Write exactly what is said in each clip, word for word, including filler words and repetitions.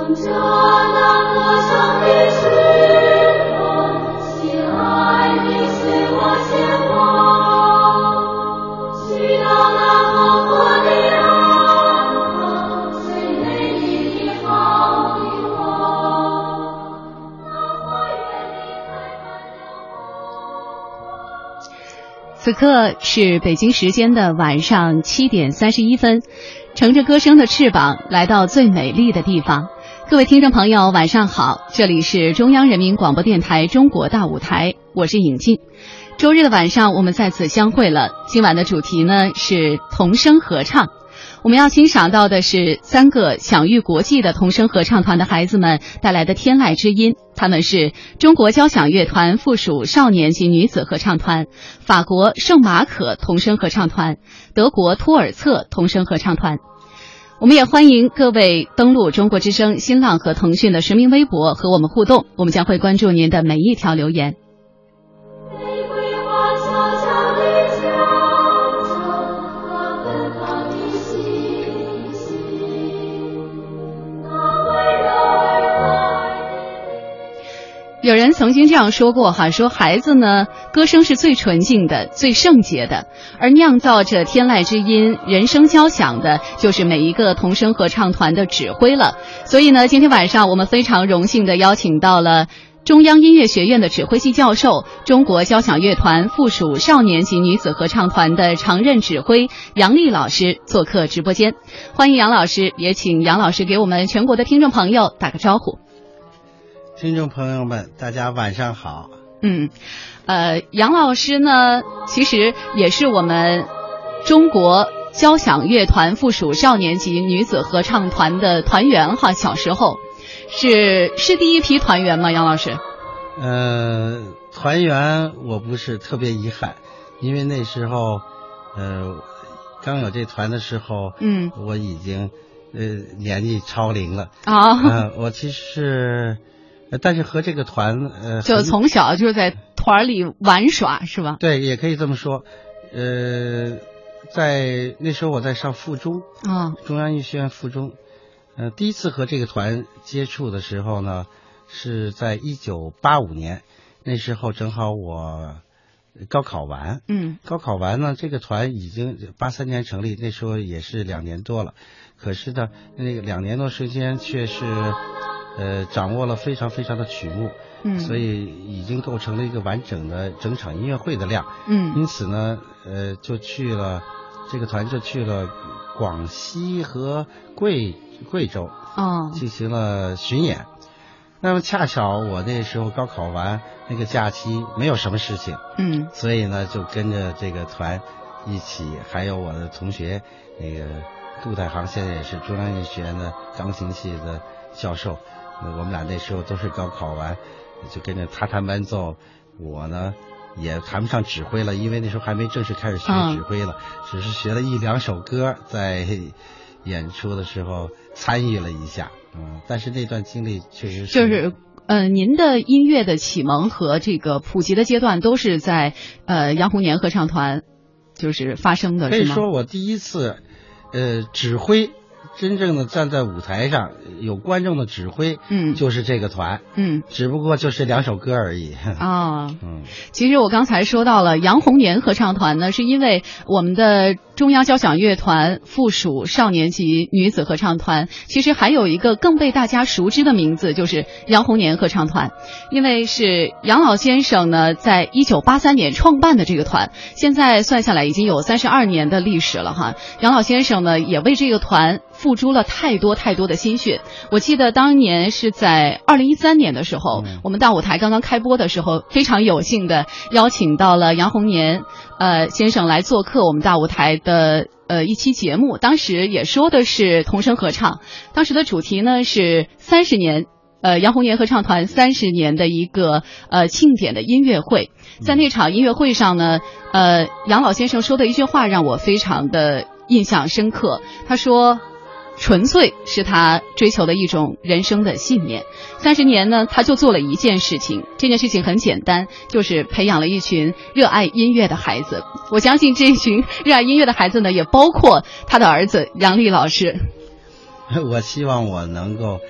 此刻是北京时间的晚上七点三十一分，乘着歌声的翅膀来到最美丽的地方。各位听众朋友晚上好，这里是中央人民广播电台中国大舞台，我是尹静。周日的晚上我们再次相会了，今晚的主题呢是童声合唱。我们要欣赏到的是三个享誉国际的童声合唱团的孩子们带来的天籁之音，他们是中国交响乐团附属少年级女子合唱团、法国圣马可童声合唱团、德国托尔策童声合唱团。我们也欢迎各位登录中国之声、新浪和腾讯的实名微博和我们互动，我们将会关注您的每一条留言。有人曾经这样说过哈，说孩子呢，歌声是最纯净的、最圣洁的，而酿造着天籁之音、人声交响的，就是每一个童声合唱团的指挥了。所以呢，今天晚上我们非常荣幸地邀请到了中央音乐学院的指挥系教授、中国交响乐团附属少年级女子合唱团的常任指挥杨丽老师做客直播间。欢迎杨老师，也请杨老师给我们全国的听众朋友打个招呼。 听众朋友们，大家晚上好。 嗯，呃，杨老师呢，其实也是我们中国交响乐团附属少年级女子合唱团的团员哈。小时候是是第一批团员吗？杨老师？ 呃，团员我不是特别遗憾，因为那时候，呃，刚有这团的时候， 嗯， 我已经呃年纪超龄了啊、哦呃。我其实是。但是和这个团呃， 就从小就在团里玩耍是吧？ 对，也可以这么说。呃，在那时候我在上附中啊、哦， 中央音乐学院附中。呃，第一次和这个团接触的时候呢，是在一九八五年，那时候正好我高考完。 嗯， 高考完呢，这个团已经八三年成立，那时候也是两年多了。可是呢，那个两年多时间却是。呃，掌握了非常非常的曲目， 嗯， 所以已经构成了一个完整的整场音乐会的量， 嗯， 因此呢，呃，就去了这个团就去了广西和贵贵州， 哦， 进行了巡演。那么恰巧我那时候高考完，那个假期没有什么事情， 嗯， 所以呢，就跟着这个团一起，还有我的同学那个杜太行，现在也是中央音乐学院的钢琴系的教授。我们俩那时候都是高考完，就跟着他弹伴奏，我呢也谈不上指挥了，因为那时候还没正式开始学指挥了，嗯、只是学了一两首歌，在演出的时候参与了一下。嗯，但是那段经历确实是就是呃，您的音乐的启蒙和这个普及的阶段都是在呃杨红年合唱团就是发生的，是吗？ 可以说我第一次呃指挥。真正的站在舞台上有观众的指挥， 嗯， 就是这个团， 嗯， 只不过就是两首歌而已啊、哦。 嗯， 其实我刚才说到了杨红年合唱团呢，是因为我们的中央交响乐团附属少年级女子合唱团，其实还有一个更被大家熟知的名字，就是杨红年合唱团。因为是杨老先生呢，在一九八三年创办的这个团，现在算下来已经有三十二年的历史了哈。杨老先生呢，也为这个团付出了太多太多的心血。我记得当年是在二零一三年的时候、嗯、我们大舞台刚刚开播的时候，非常有幸的邀请到了杨红年呃先生来做客我们大舞台的呃一期节目，当时也说的是童声合唱，当时的主题呢是三十年呃杨红年合唱团三十年的一个呃庆典的音乐会。在那场音乐会上呢，呃杨老先生说的一句话让我非常的印象深刻，他说纯粹是他追求的一种人生的信念。三十年呢，他就做了一件事情，这件事情很简单，就是培养了一群热爱音乐的孩子。我相信这群热爱音乐的孩子呢，也包括他的儿子杨丽老师。 我希望我能够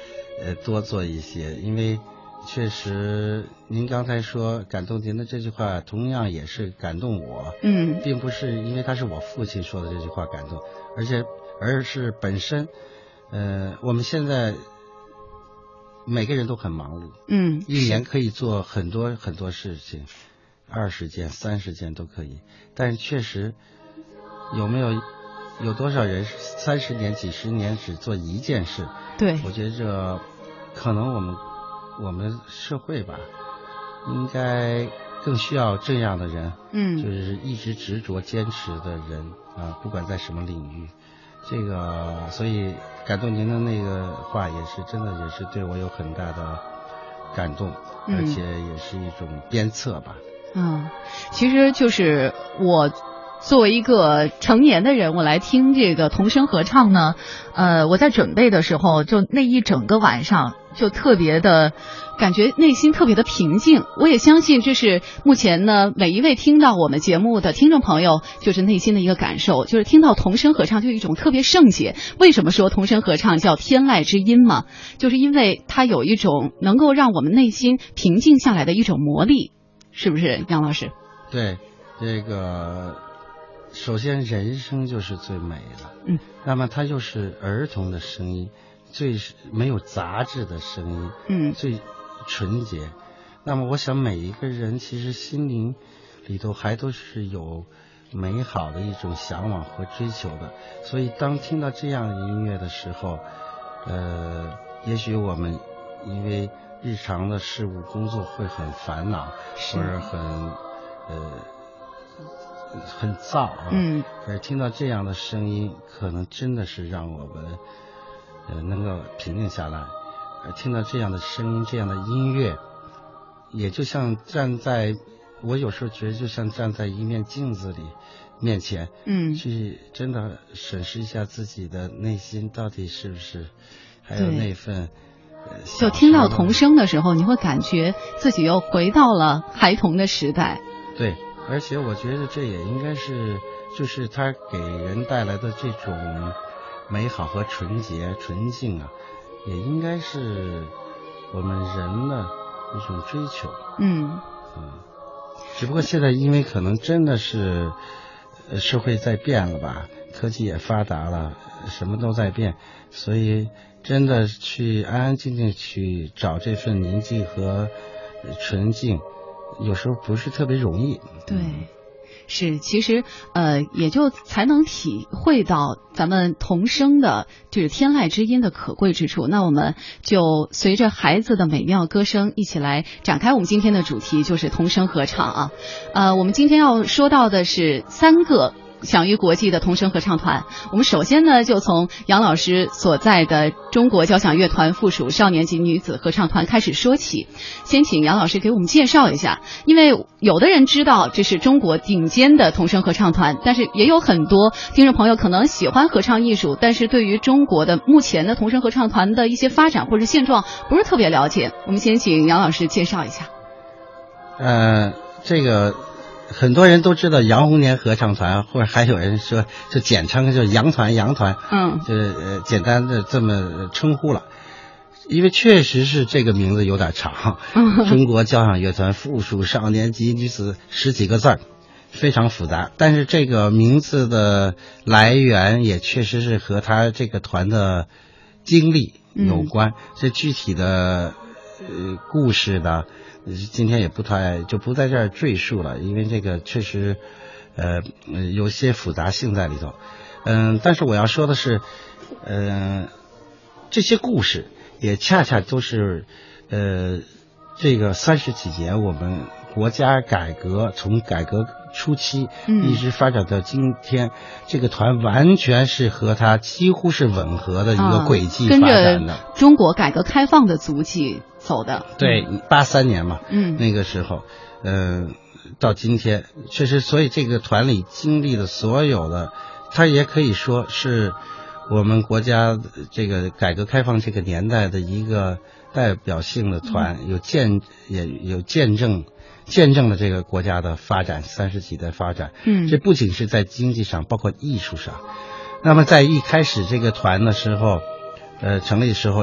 呃多做一些，因为确实您刚才说感动您的这句话，同样也是感动我。 嗯， 并不是因为他是我父亲说的这句话感动，而且而是本身，呃，我们现在每个人都很忙碌， 嗯， 一年可以做很多很多事情，二十件、三十件都可以，但是确实有没有有多少人三十年、几十年只做一件事？ 对， 我觉得这可能我们我们社会吧，应该更需要这样的人， 嗯， 就是一直执着坚持的人啊，不管在什么领域。这个，所以感动您的那个话也是真的，也是对我有很大的感动， 嗯、 而且也是一种鞭策吧。 嗯，其实就是我作为一个成年的人，我来听这个童声合唱呢，呃，我在准备的时候，就那一整个晚上就特别的感觉内心特别的平静。我也相信这是目前呢每一位听到我们节目的听众朋友就是内心的一个感受，就是听到童声合唱就有一种特别圣洁。为什么说童声合唱叫天籁之音嘛？就是因为它有一种能够让我们内心平静下来的一种魔力，是不是杨老师？ 对，这个首先人声就是最美的， 嗯， 那么它又是儿童的声音，最没有杂质的声音， 嗯， 最纯洁。那么我想每一个人其实心灵里头还都是有美好的一种向往和追求的，所以当听到这样的音乐的时候，呃，也许我们因为日常的事物工作会很烦恼，或者很呃很燥啊， 嗯， 而听到这样的声音，可能真的是让我们呃能够平静下来。而听到这样的声音，这样的音乐，也就像站在，我有时候觉得就像站在一面镜子里面前， 嗯， 去真的审视一下自己的内心到底是不是还有那份。 就听到童声的时候，你会感觉自己又回到了孩童的时代。 对，而且我觉得这也应该是，就是它给人带来的这种美好和纯洁、纯净啊，也应该是我们人的一种追求。 嗯嗯，只不过现在因为可能真的是社会在变了吧，科技也发达了，什么都在变，所以真的去安安静静去找这份宁静和纯净，有时候不是特别容易。 对，是，其实呃，也就才能体会到咱们童声的就是天籁之音的可贵之处。那我们就随着孩子的美妙歌声一起来展开我们今天的主题，就是童声合唱啊。呃，我们今天要说到的是三个享誉国际的童声合唱团。我们首先呢，就从杨老师所在的中国交响乐团附属少年级女子合唱团开始说起。先请杨老师给我们介绍一下，因为有的人知道这是中国顶尖的童声合唱团，但是也有很多听众朋友可能喜欢合唱艺术，但是对于中国的目前的童声合唱团的一些发展或者现状不是特别了解。我们先请杨老师介绍一下。 呃，这个很多人都知道杨红年合唱团，或者还有人说就简称就杨团杨团， 嗯， 就是呃简单的这么称呼了，因为确实是这个名字有点长， 嗯、 中国交响乐团附属少年级女子十几个字儿，非常复杂。但是这个名字的来源也确实是和他这个团的经历有关，这、嗯、具体的呃故事呢，今天也不太就不在这儿赘述了，因为这个确实呃有些复杂性在里头。嗯、呃，但是我要说的是，嗯、呃，这些故事也恰恰都是呃这个三十几年我们国家改革从改革初期一直发展到今天、嗯、这个团完全是和它几乎是吻合的一个轨迹发展的、 啊、跟着中国改革开放的足迹走的。 对，八三年嘛， 嗯， 那个时候呃到今天确实，所以这个团里经历的所有的，它也可以说是我们国家这个改革开放这个年代的一个代表性的团， 嗯、 有见也有见证见证了这个国家的发展，三十几代发展。 嗯， 这不仅是在经济上，包括艺术上。那么在一开始这个团的时候，呃，成立的时候，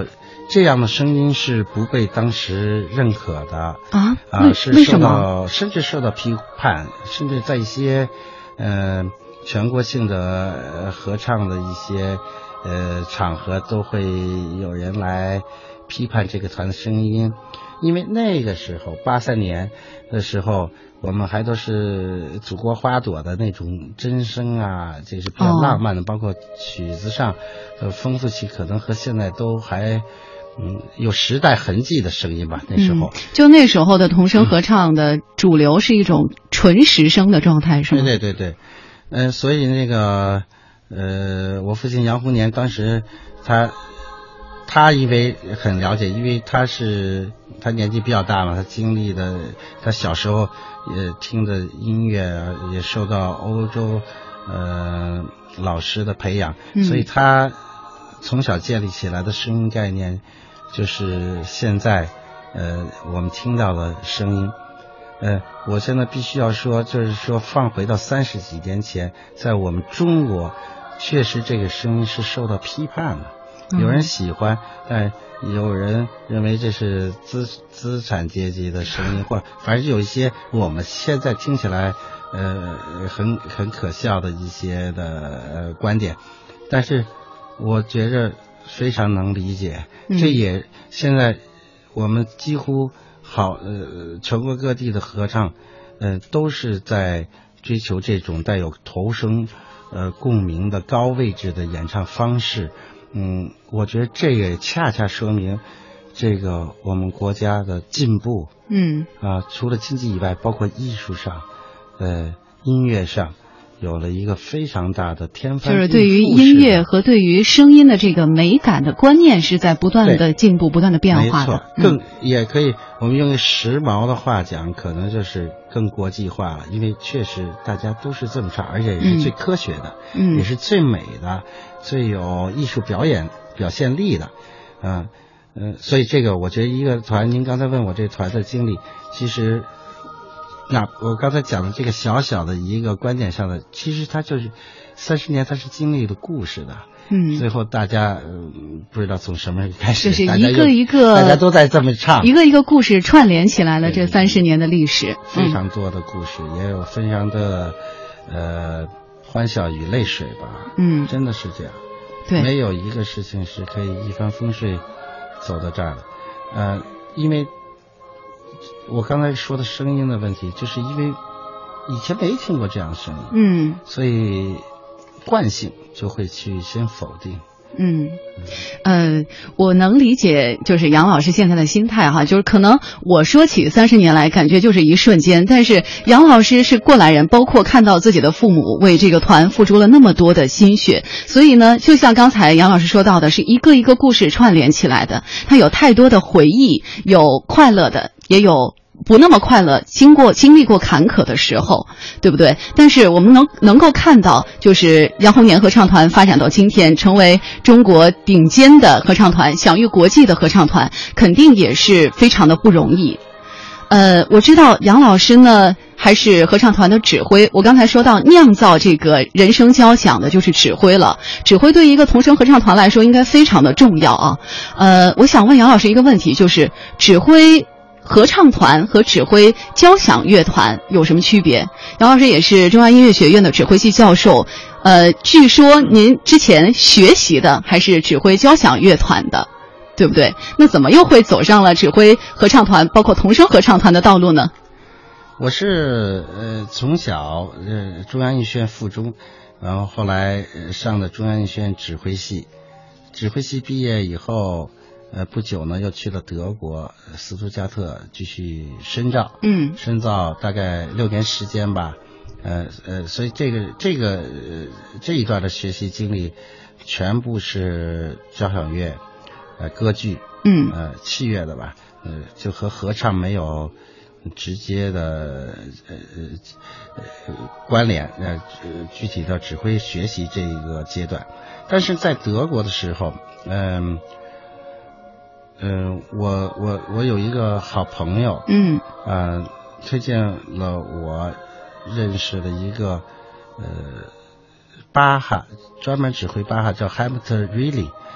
这样的声音是不被当时认可的啊啊，是受到甚至受到批判，甚至在一些呃全国性的合唱的一些呃场合都会有人来批判这个团的声音，因为那个时候八三年的时候，我们还都是祖国花朵的那种真声啊，这是比较浪漫的，哦、包括曲子上呃丰富起，可能和现在都还。嗯，有时代痕迹的声音吧，那时候、 嗯、就那时候的童声合唱的主流是一种纯实声的状态，是吗？ 对对对对，嗯、呃，所以那个呃，我父亲杨洪年当时他他因为很了解，因为他是他年纪比较大嘛，他经历的他小时候也听的音乐也受到欧洲呃老师的培养， 嗯、 所以他从小建立起来的声音概念。就是现在，呃，我们听到的声音，呃，我现在必须要说，就是说放回到三十几年前，在我们中国，确实这个声音是受到批判的，有人喜欢，但有人认为这是资资产阶级的声音，或者反正有一些我们现在听起来，呃，很很可笑的一些的呃观点，但是我觉着。非常能理解，这也现在我们几乎好呃全国各地的合唱，呃都是在追求这种带有头声呃共鸣的高位置的演唱方式。嗯，我觉得这也恰恰说明这个我们国家的进步。 嗯啊，除了经济以外，包括艺术上，呃音乐上。有了一个非常大的天翻地覆， 就是对于音乐和对于声音的这个美感的观念是在不断的进步、不断的变化的。 没错，更、嗯、也可以，我们用时髦的话讲，可能就是更国际化了。因为确实大家都是这么唱，而且也是最科学的， 嗯， 也是最美的、最有艺术表演表现力的，嗯嗯，所以这个我觉得一个团，您刚才问我这团的经历，其实。那我刚才讲的这个小小的一个观点上的，其实它就是三十年，它是经历了故事的。 嗯， 最后大家、呃、不知道从什么时候开始， 就是一个一个大家都在这么唱， 一个一个故事串联起来了这三十年的历史， 非常多的故事，嗯、也有非常的呃欢笑与泪水吧。 嗯， 真的是这样。 对， 没有一个事情是可以一帆风顺走到这儿的。呃，因为。我刚才说的声音的问题，就是因为以前没听过这样的声音， 嗯， 所以惯性就会去先否定。 嗯，呃，我能理解，就是杨老师现在的心态哈，就是可能我说起三十年来，感觉就是一瞬间，但是杨老师是过来人，包括看到自己的父母为这个团付出了那么多的心血，所以呢，就像刚才杨老师说到的，是一个一个故事串联起来的，他有太多的回忆，有快乐的，也有不那么快乐，经过经历过坎坷的时候，对不对？但是我们能能够看到，就是杨洪年合唱团发展到今天，成为中国顶尖的合唱团，享誉国际的合唱团，肯定也是非常的不容易。呃，我知道杨老师呢还是合唱团的指挥，我刚才说到酿造这个人声交响的就是指挥了，指挥对于一个童声合唱团来说应该非常的重要啊。呃，我想问杨老师一个问题，就是指挥合唱团和指挥交响乐团有什么区别？杨老师也是中央音乐学院的指挥系教授，呃，据说您之前学习的还是指挥交响乐团的，对不对？那怎么又会走上了指挥合唱团，包括童声合唱团的道路呢？ 我是呃从小呃中央音乐学院附中，然后后来上的中央音乐学院指挥系，指挥系毕业以后。呃，不久呢，又去了德国斯图加特继续深造， 嗯， 深造大概六年时间吧，呃呃，所以这个这个、呃、这一段的学习经历，全部是交响乐、呃歌剧， 嗯， 呃器乐的吧，呃就和合唱没有直接的呃呃关联，呃具体的指挥学习这一个阶段，但是在德国的时候，嗯、呃。嗯、呃，我我我有一个好朋友， 嗯， 呃，推荐了我认识的一个呃巴哈专门指挥巴哈叫 Hamilton Reilly，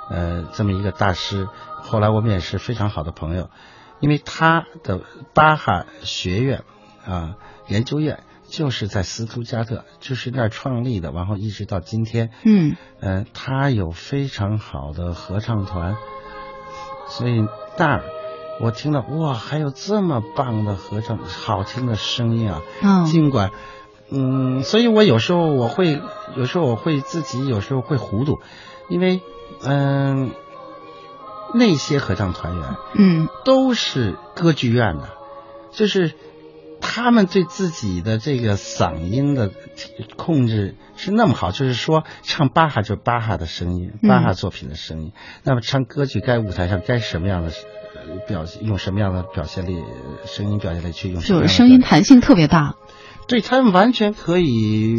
呃，这么一个大师，后来我们也是非常好的朋友，因为他的巴哈学院啊研究院就是在斯图加特，就是那儿创立的，然后一直到今天。 嗯， 呃，他有非常好的合唱团，所以那儿我听到哇，还有这么棒的合唱，好听的声音啊！ 嗯， 尽管，嗯，所以我有时候我会，有时候我会自己有时候会糊涂，因为，嗯、那些合唱团员， 嗯， 都是歌剧院的，就是他们对自己的这个嗓音的控制是那么好，就是说唱巴哈就是巴哈的声音，巴哈作品的声音，嗯、那么唱歌剧该舞台上该什么样的表现，用什么样的表现力，声音表现力去用什么样的， 就是声音弹性特别大。 对，他们完全可以，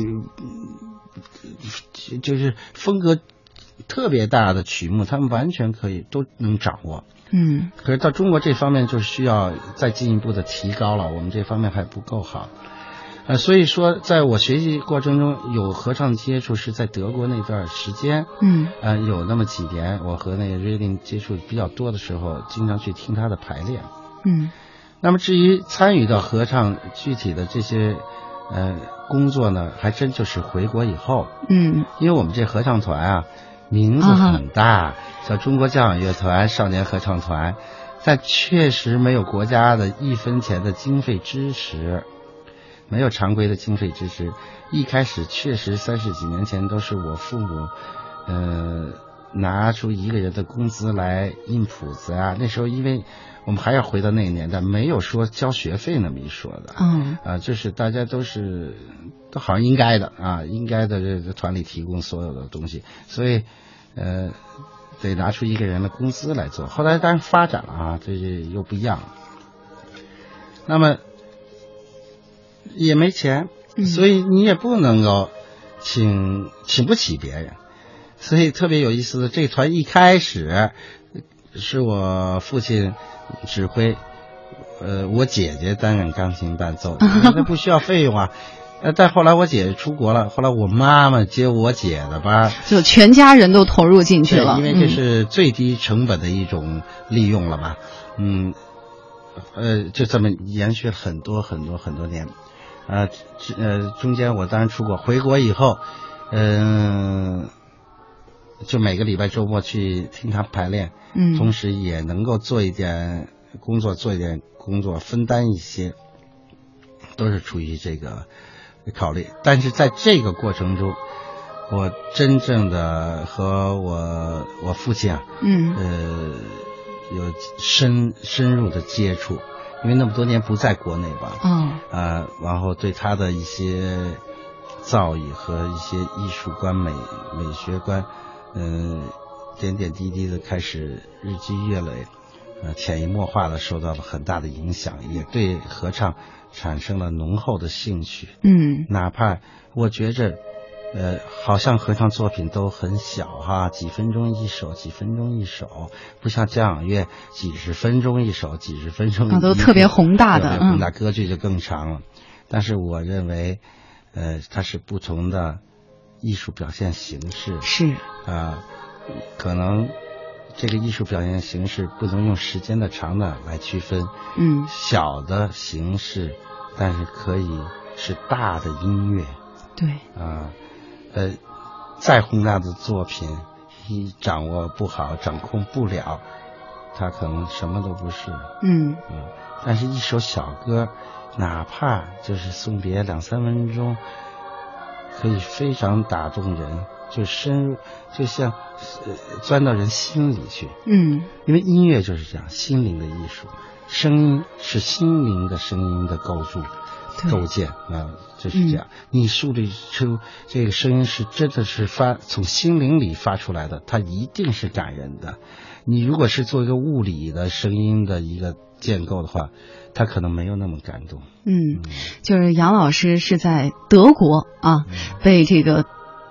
就是风格特别大的曲目，他们完全可以都能掌握。 嗯， 可是到中国这方面就需要再进一步的提高了，我们这方面还不够好。呃，所以说在我学习过程中有合唱接触是在德国那段时间， 嗯， 呃，有那么几年我和那个瑞林接触比较多的时候，经常去听他的排练。 嗯， 那么至于参与到合唱具体的这些呃工作呢，还真就是回国以后， 嗯， 因为我们这合唱团啊名字很大，啊、叫中国交响乐团少年合唱团，但确实没有国家的一分钱的经费支持，没有常规的经费支持。一开始确实三十几年前都是我父母，呃，拿出一个人的工资来印谱子啊。那时候因为我们还要回到那个年代，没有说交学费那么一说的， 嗯， 啊，就是大家都是都好像应该的啊，应该的这个团里提供所有的东西，所以呃得拿出一个人的工资来做。后来当然发展了啊，这又不一样了。那么也没钱，所以你也不能够请请不起别人，所以特别有意思的，这个团一开始是我父亲指挥，呃，我姐姐担任钢琴伴奏，那不需要费用啊。呃，但后来我姐姐出国了，后来我妈妈接我姐的班， 就全家人都投入进去了， 因为这是最低成本的一种利用了吧，嗯，呃，就这么延续了很多很多很多年，呃，呃，中间我当然出国，回国以后，嗯、呃，就每个礼拜周末去听他排练， 嗯， 同时也能够做一点工作，做一点工作，分担一些，都是出于这个考虑。但是在这个过程中，我真正的和我我父亲啊， 嗯， 呃，有深深入的接触，因为那么多年不在国内吧， 哦， 呃，然后对他的一些造诣和一些艺术观、美美学观，嗯、呃，点点滴滴的开始日积月累，呃，潜移默化的受到了很大的影响，也对合唱产生了浓厚的兴趣。 嗯， 哪怕我觉着，呃，好像合唱作品都很小哈，几分钟一首，几分钟一首，不像交响乐几十分钟一首，几十分钟一首， 啊，都特别宏大的， 宏大，歌剧就更长了。但是我认为，呃，它是不同的艺术表现形式， 是啊、呃，可能这个艺术表现形式不能用时间的长的来区分， 嗯， 小的形式，但是可以是大的音乐， 对， 啊，呃，再宏大的作品，一掌握不好，掌控不了，它可能什么都不是， 嗯嗯，但是一首小歌，哪怕就是送别两三分钟，可以非常打动人，就深入，就像呃钻到人心里去。 嗯， 因为音乐就是这样，心灵的艺术，声音是心灵的声音的构筑、构建啊，就是这样。嗯、你树立出这个声音是真的是发从心灵里发出来的，它一定是感人的。你如果是做一个物理的声音的一个建构的话，他可能没有那么感动。 嗯，就是杨老师是在德国啊，嗯、被这个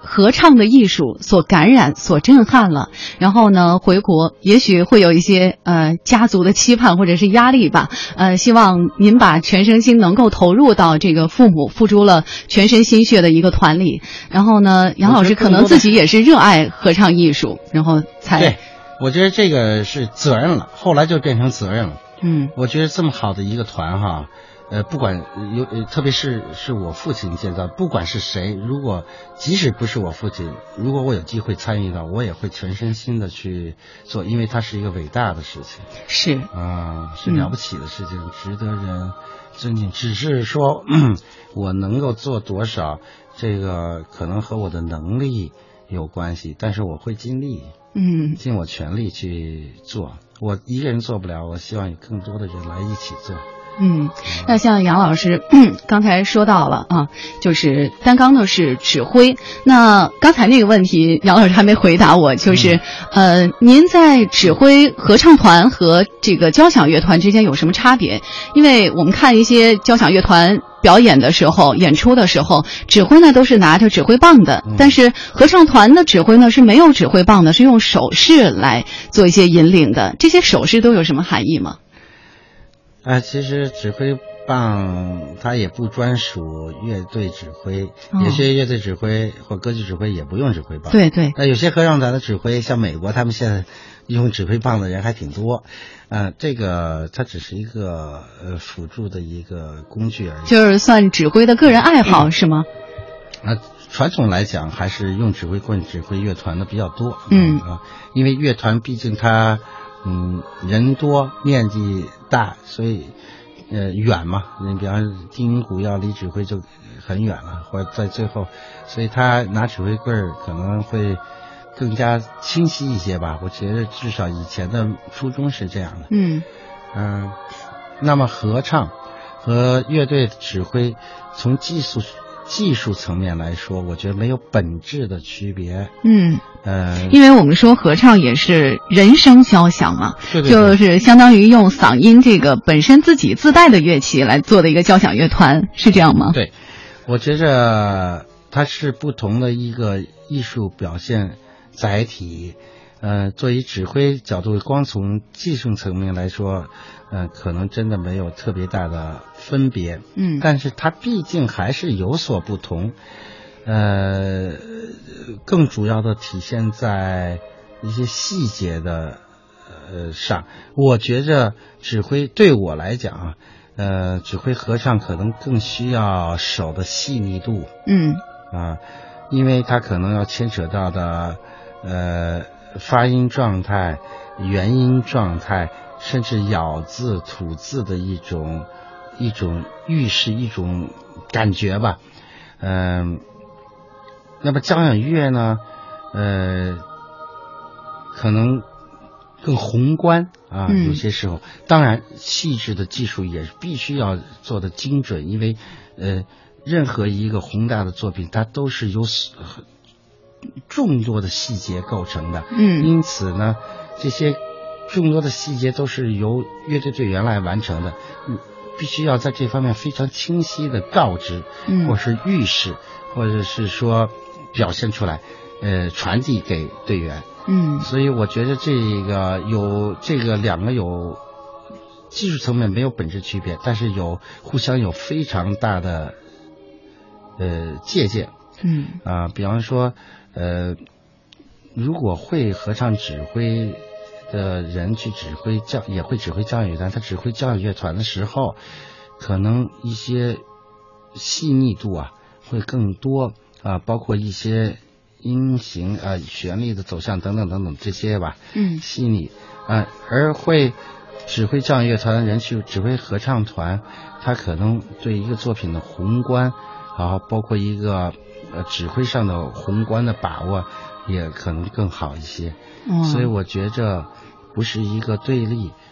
合唱的艺术所感染、所震撼了，然后呢，回国也许会有一些呃家族的期盼或者是压力吧。呃，希望您把全身心能够投入到这个父母付出了全身心血的一个团里。然后呢，杨老师可能自己也是热爱合唱艺术，然后才对，我觉得这个是责任了，后来就变成责任了。 嗯， 我觉得这么好的一个团哈。呃，不管有，特别是是我父亲建造，不管是谁，如果即使不是我父亲，如果我有机会参与到，我也会全身心的去做，因为它是一个伟大的事情， 是啊、呃，是了不起的事情，嗯、值得人尊敬。只是说，我能够做多少，这个可能和我的能力有关系，但是我会尽力， 嗯， 尽我全力去做。我一个人做不了，我希望有更多的人来一起做。 嗯，那像杨老师刚才说到了啊，就是担纲的是指挥。那刚才那个问题，杨老师还没回答我，就是、嗯、呃，您在指挥合唱团和这个交响乐团之间有什么差别？因为我们看一些交响乐团表演的时候、演出的时候，指挥呢都是拿着指挥棒的， 嗯、 但是合唱团的指挥呢是没有指挥棒的，是用手势来做一些引领的。这些手势都有什么含义吗？ 啊，其实指挥棒它也不专属乐队指挥， 哦、 有些乐队指挥或歌剧指挥也不用指挥棒。 对对。 那有些合唱团的指挥，像美国，他们现在用指挥棒的人还挺多。呃，这个它只是一个呃辅助的一个工具而已。 就是算指挥的个人爱好、嗯、是吗？ 啊，传统来讲还是用指挥棍指挥乐团的比较多。 嗯啊，因为乐团毕竟它。嗯，人多面积大，所以呃远嘛，你比方低音鼓要离指挥就很远了，或者在最后，所以他拿指挥棍可能会更加清晰一些吧。我觉得至少以前的初衷是这样的。 嗯嗯、呃，那么合唱和乐队指挥从技术技术层面来说，我觉得没有本质的区别。 嗯。 呃， 因为我们说合唱也是人声交响嘛， 对对对， 就是相当于用嗓音这个本身自己自带的乐器来做的一个交响乐团，是这样吗？ 对，我觉着它是不同的一个艺术表现载体。呃，作为指挥角度，光从技术层面来说，呃，可能真的没有特别大的分别。 嗯， 但是它毕竟还是有所不同。呃，更主要的体现在一些细节的呃上。我觉着指挥对我来讲啊，呃，指挥合唱可能更需要手的细腻度。 嗯啊，因为它可能要牵扯到的呃发音状态、元音状态，甚至咬字、吐字的一种一种预示、一种感觉吧。嗯、呃。那么交响乐呢，呃，可能更宏观啊，有些时候，嗯、当然细致的技术也必须要做得精准，因为呃，任何一个宏大的作品，它都是由众多的细节构成的。 嗯， 因此呢，这些众多的细节都是由乐队队员来完成的。嗯，必须要在这方面非常清晰的告知， 嗯， 或是预示，或者是说表现出来，呃，传递给队员。 嗯， 所以我觉得这个有这个两个有技术层面没有本质区别，但是有互相有非常大的呃借鉴。 嗯啊、呃，比方说呃，如果会合唱指挥的人去指挥交也会指挥交响乐团，他指挥交响乐团的时候，可能一些细腻度啊会更多啊、呃，包括一些音型啊、呃、旋律的走向等等等等这些吧， 嗯， 细腻啊、呃，而会指挥交响乐团的人去指挥合唱团，他可能对一个作品的宏观啊，包括一个呃指挥上的宏观的把握也可能更好一些。 嗯， 所以我觉着不是一个对立，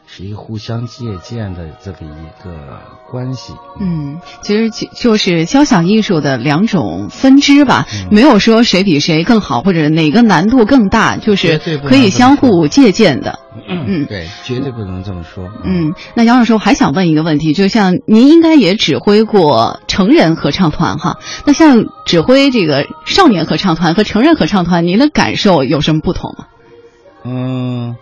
是一个互相借鉴的这么一个关系。 嗯，其实就是交响艺术的两种分支吧， 嗯、 没有说谁比谁更好，或者哪个难度更大，就是可以相互借鉴的。 嗯，对，绝对不能这么说。 嗯，那杨老师，我还想问一个问题，就像您应该也指挥过成人合唱团哈，那像指挥这个少年合唱团和成人合唱团，您的感受有什么不同吗？ 嗯，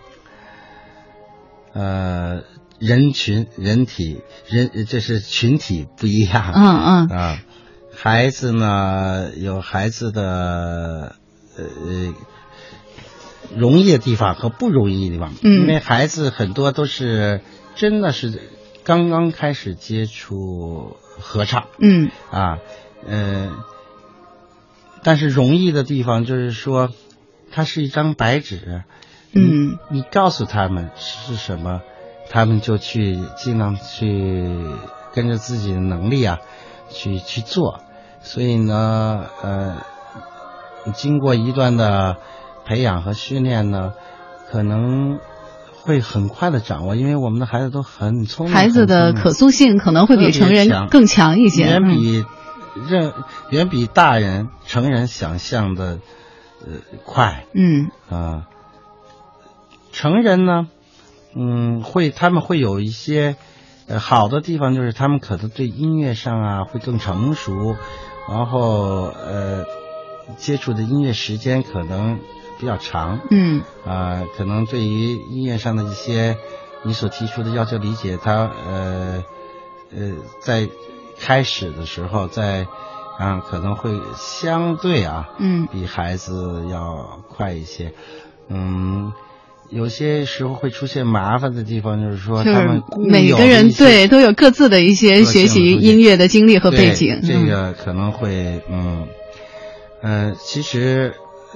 呃，人群、人体、人，这是群体不一样。 嗯嗯啊，孩子呢有孩子的呃容易的地方和不容易的地方。 嗯， 因为孩子很多都是真的是刚刚开始接触合唱。 嗯啊，呃，但是容易的地方就是说，它是一张白纸。 嗯， 你告诉他们是什么，他们就去尽量去跟着自己的能力啊，去去做。所以呢，呃，经过一段的培养和训练呢，可能会很快的掌握，因为我们的孩子都很聪明， 孩子的可塑性可能会比成人更强一些， 远比认远比大人成人想象的呃快。 嗯啊。呃成人呢，嗯，会他们会有一些呃好的地方，就是他们可能对音乐上啊会更成熟，然后呃接触的音乐时间可能比较长。 嗯啊、呃，可能对于音乐上的一些你所提出的要求理解，他呃呃在开始的时候，在啊可能会相对啊嗯比孩子要快一些。嗯。有些时候会出现麻烦的地方，就是说他们每个人对都有各自的一些学习音乐的经历和背景， 这个可能会嗯呃其实呃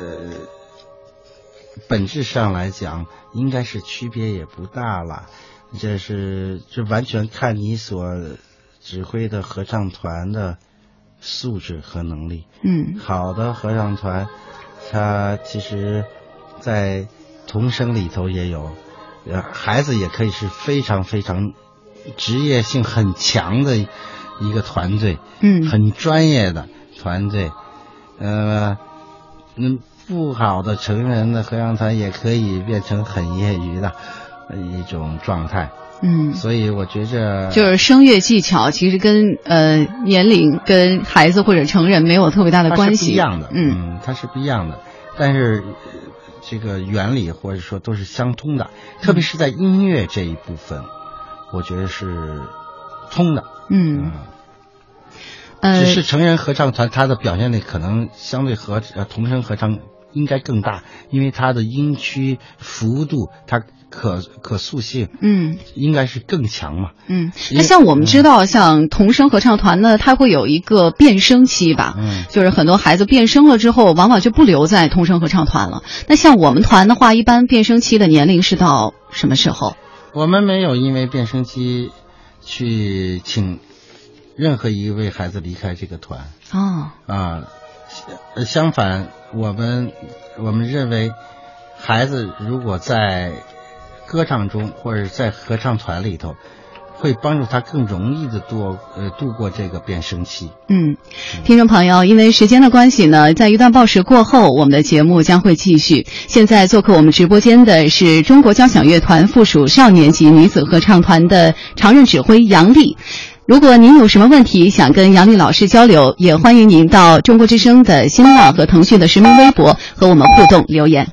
本质上来讲应该是区别也不大了，这是这完全看你所指挥的合唱团的素质和能力。 嗯， 好的合唱团它其实在童声里头也有，呃，孩子也可以是非常非常职业性很强的一个团队， 嗯， 很专业的团队，呃，嗯，不好的成人的合唱团也可以变成很业余的一种状态。 嗯， 所以我觉着就是声乐技巧其实跟呃年龄跟孩子或者成人没有特别大的关系， 它是不一样的， 嗯， 嗯它是不一样的，但是这个原理或者说都是相通的，特别是在音乐这一部分，我觉得是通的。 嗯， 呃，只是成人合唱团它的表现力可能相对和呃童声合唱应该更大，因为它的音区幅度它可可塑性， 嗯， 应该是更强嘛。 嗯，那像我们知道，嗯、像童声合唱团呢，它会有一个变声期吧， 嗯， 就是很多孩子变声了之后，往往就不留在童声合唱团了。那像我们团的话，一般变声期的年龄是到什么时候？ 我们没有因为变声期去请任何一位孩子离开这个团。 哦， 啊，相反，我们我们认为，孩子如果在歌唱中或者在合唱团里头，会帮助他更容易的度呃度过这个变声期。 嗯，听众朋友，因为时间的关系呢，在一段报时过后，我们的节目将会继续。现在做客我们直播间的是中国交响乐团附属少年级女子合唱团的常任指挥杨丽。如果您有什么问题想跟杨丽老师交流，也欢迎您到中国之声的新浪和腾讯的实名微博和我们互动留言。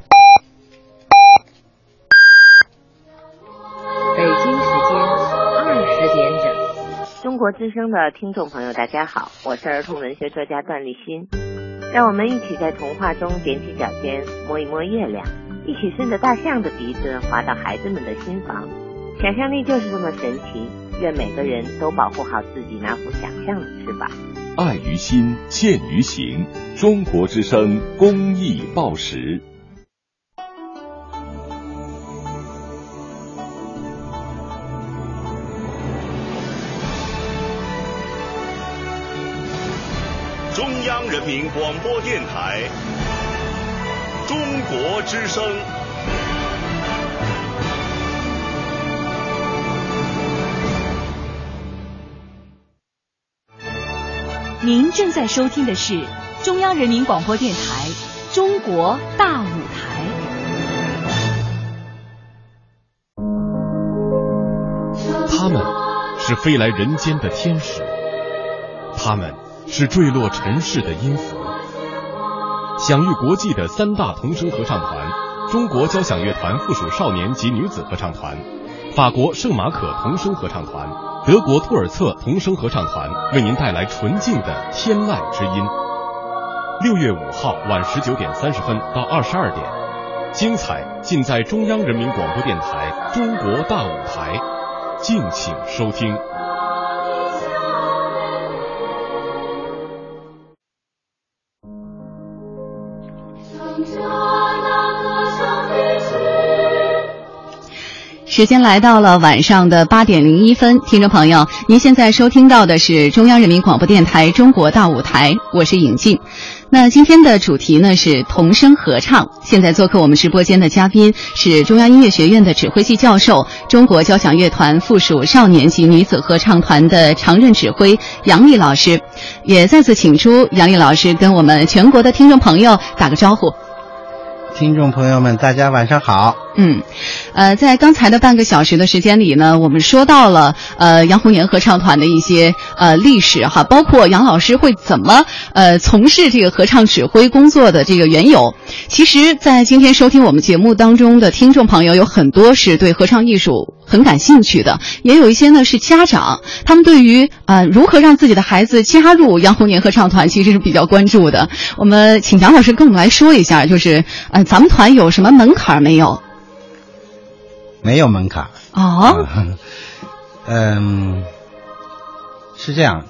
北京时间二十点整，中国之声的听众朋友大家好，我是儿童文学作家段立新。让我们一起在童话中踮起脚尖摸一摸月亮，一起顺着大象的鼻子滑到孩子们的心房。想象力就是这么神奇，愿每个人都保护好自己那副想象的翅膀。 爱于心，见于行。中国之声公益报时。 中央人民广播电台，中国之声。 您正在收听的是中央人民广播电台《中国大舞台》。 他们是飞来人间的天使，他们是坠落尘世的音符。享誉国际的三大童声合唱团，中国交响乐团附属少年及女子合唱团，法国圣马可童声合唱团，德国托尔策童声合唱团为您带来纯净的天籁之音。六月五号晚十九点三十分到二十二点，精彩尽在中央人民广播电台《中国大舞台》，敬请收听。 时间来到了晚上的八点零一分，听众朋友，您现在收听到的是中央人民广播电台中国大舞台，我是尹静。那今天的主题呢是童声合唱，现在做客我们直播间的嘉宾是中央音乐学院的指挥系教授，中国交响乐团附属少年级女子合唱团的常任指挥杨丽老师，也再次请出杨丽老师跟我们全国的听众朋友打个招呼。 听众朋友们，大家晚上好。 嗯，呃，在刚才的半个小时的时间里呢，我们说到了呃杨红岩合唱团的一些呃历史哈，包括杨老师会怎么呃从事这个合唱指挥工作的这个缘由。其实，在今天收听我们节目当中的听众朋友有很多是对合唱艺术很感兴趣的，也有一些呢是家长，他们对于呃如何让自己的孩子加入杨红岩合唱团其实是比较关注的。我们请杨老师跟我们来说一下，就是呃咱们团有什么门槛没有？ 没有门槛哦， 嗯，是这样。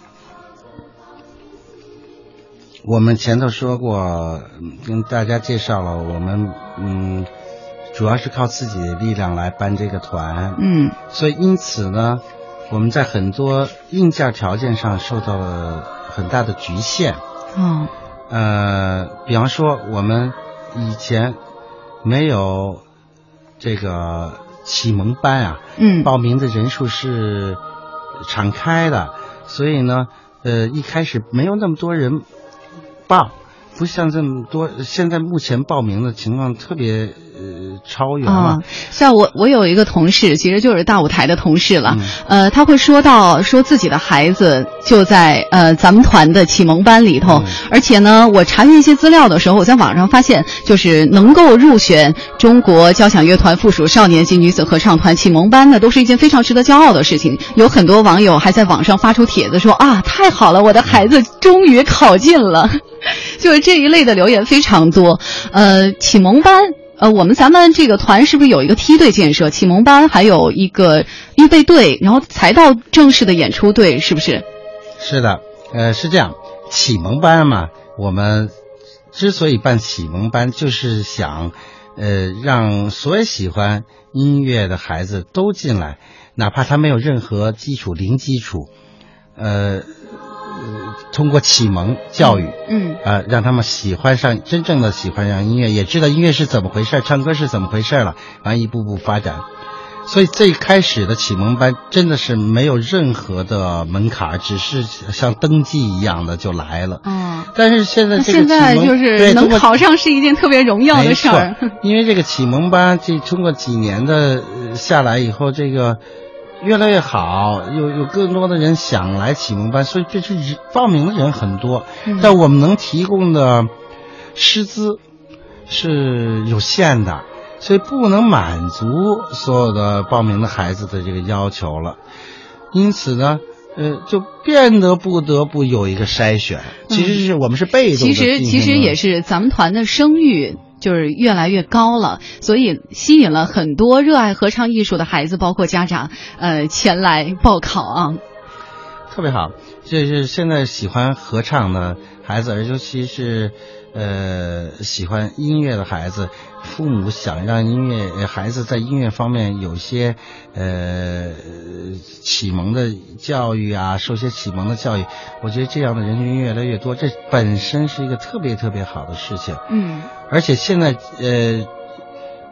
我们前头说过，跟大家介绍了，我们嗯，主要是靠自己的力量来办这个团， 嗯， 所以因此呢，我们在很多硬件条件上受到了很大的局限。 哦， 呃，比方说我们以前没有这个启蒙班啊， 嗯， 报名的人数是敞开的，所以呢，呃，一开始没有那么多人报，不像这么多。现在目前报名的情况特别呃超员了。 啊，像我我有一个同事，其实就是大舞台的同事了， 嗯、 呃，他会说到说自己的孩子就在呃咱们团的启蒙班里头， 嗯、 而且呢，我查阅一些资料的时候，我在网上发现，就是能够入选中国交响乐团附属少年级女子合唱团启蒙班的，都是一件非常值得骄傲的事情。有很多网友还在网上发出帖子说啊，太好了，我的孩子终于考进了，就是这一类的留言非常多。呃，启蒙班。呃，我们咱们这个团是不是有一个梯队建设？启蒙班还有一个预备队，然后才到正式的演出队，是不是？ 是的，呃，是这样。启蒙班嘛，我们之所以办启蒙班，就是想，呃，让所有喜欢音乐的孩子都进来，哪怕他没有任何基础，零基础，呃。通过启蒙教育， 嗯， 呃，让他们喜欢上真正的喜欢上音乐，也知道音乐是怎么回事，唱歌是怎么回事了，完一步步发展。所以最开始的启蒙班真的是没有任何的门槛，只是像登记一样的就来了。 哦， 但是现在这个现在就是能考上是一件特别荣耀的事儿。 因为这个启蒙班，这通过几年的下来以后，这个。越来越好，有有更多的人想来启蒙班，所以这是报名的人很多， 嗯、 但我们能提供的师资是有限的，所以不能满足所有的报名的孩子的这个要求了。因此呢，呃，就变得不得不有一个筛选。其实是我们是被动的、嗯。 其实其实也是咱们团的声誉。就是越来越高了，所以吸引了很多热爱合唱艺术的孩子，包括家长，呃，前来报考啊。 特别好，这是现在喜欢合唱的孩子，尤其是呃喜欢音乐的孩子，父母想让音乐孩子在音乐方面有些呃启蒙的教育啊，受些启蒙的教育，我觉得这样的人群越来越多，这本身是一个特别特别好的事情。 嗯， 而且现在呃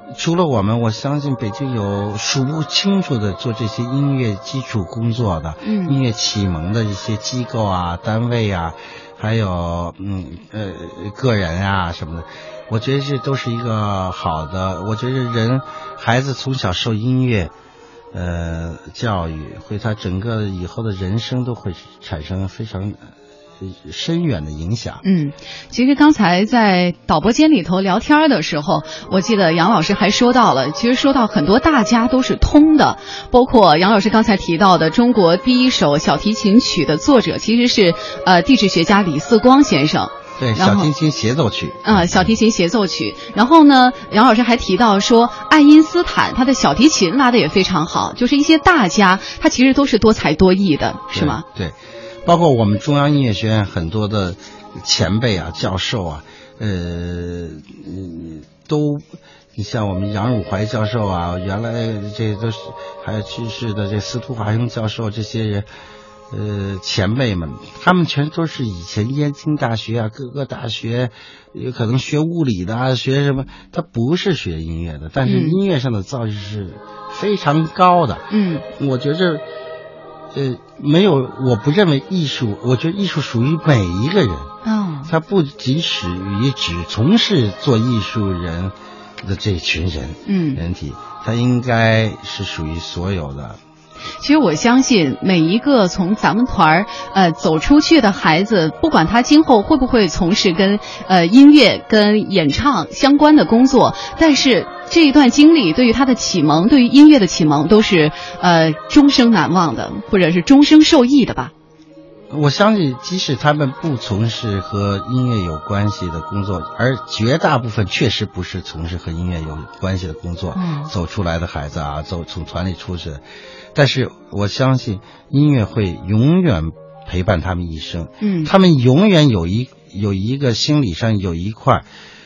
除了我们，我相信北京有数不清楚的做这些音乐基础工作的， 嗯， 音乐启蒙的一些机构啊、单位啊，还有嗯呃个人啊什么的。我觉得这都是一个好的。我觉得人孩子从小受音乐呃教育，会他整个以后的人生都会产生非常深远的影响。 嗯，其实刚才在导播间里头聊天的时候，我记得杨老师还说到了，其实说到很多大家都是通的，包括杨老师刚才提到的中国第一首小提琴曲的作者其实是呃地质学家李四光先生。 对，小提琴协奏曲。 啊、嗯，小提琴协奏曲。然后呢，杨老师还提到说，爱因斯坦他的小提琴拉的也非常好，就是一些大家他其实都是多才多艺的，是吗？ 对。对，包括我们中央音乐学院很多的前辈啊、教授啊，呃，都，你像我们杨汝怀教授啊，原来这都是还有去世的这司徒华生教授这些人，呃，前辈们，他们全都是以前燕京大学啊、各个大学，有可能学物理的啊，学什么，他不是学音乐的，但是音乐上的造诣是非常高的。 嗯， 我觉着。呃，没有，我不认为艺术，我觉得艺术属于每一个人。 哦， 它不仅始于只从事做艺术人的这群人， 嗯， 人体，它应该是属于所有的。 其实我相信每一个从咱们团儿呃走出去的孩子，不管他今后会不会从事跟呃音乐跟演唱相关的工作，但是这一段经历对于他的启蒙，对于音乐的启蒙都是呃终生难忘的，或者是终生受益的吧。 我相信即使他们不从事和音乐有关系的工作，而绝大部分确实不是从事和音乐有关系的工作， 嗯， 走出来的孩子啊，走从团里出去的，但是我相信音乐会永远陪伴他们一生。 嗯， 他们永远有一有一个心理上有一块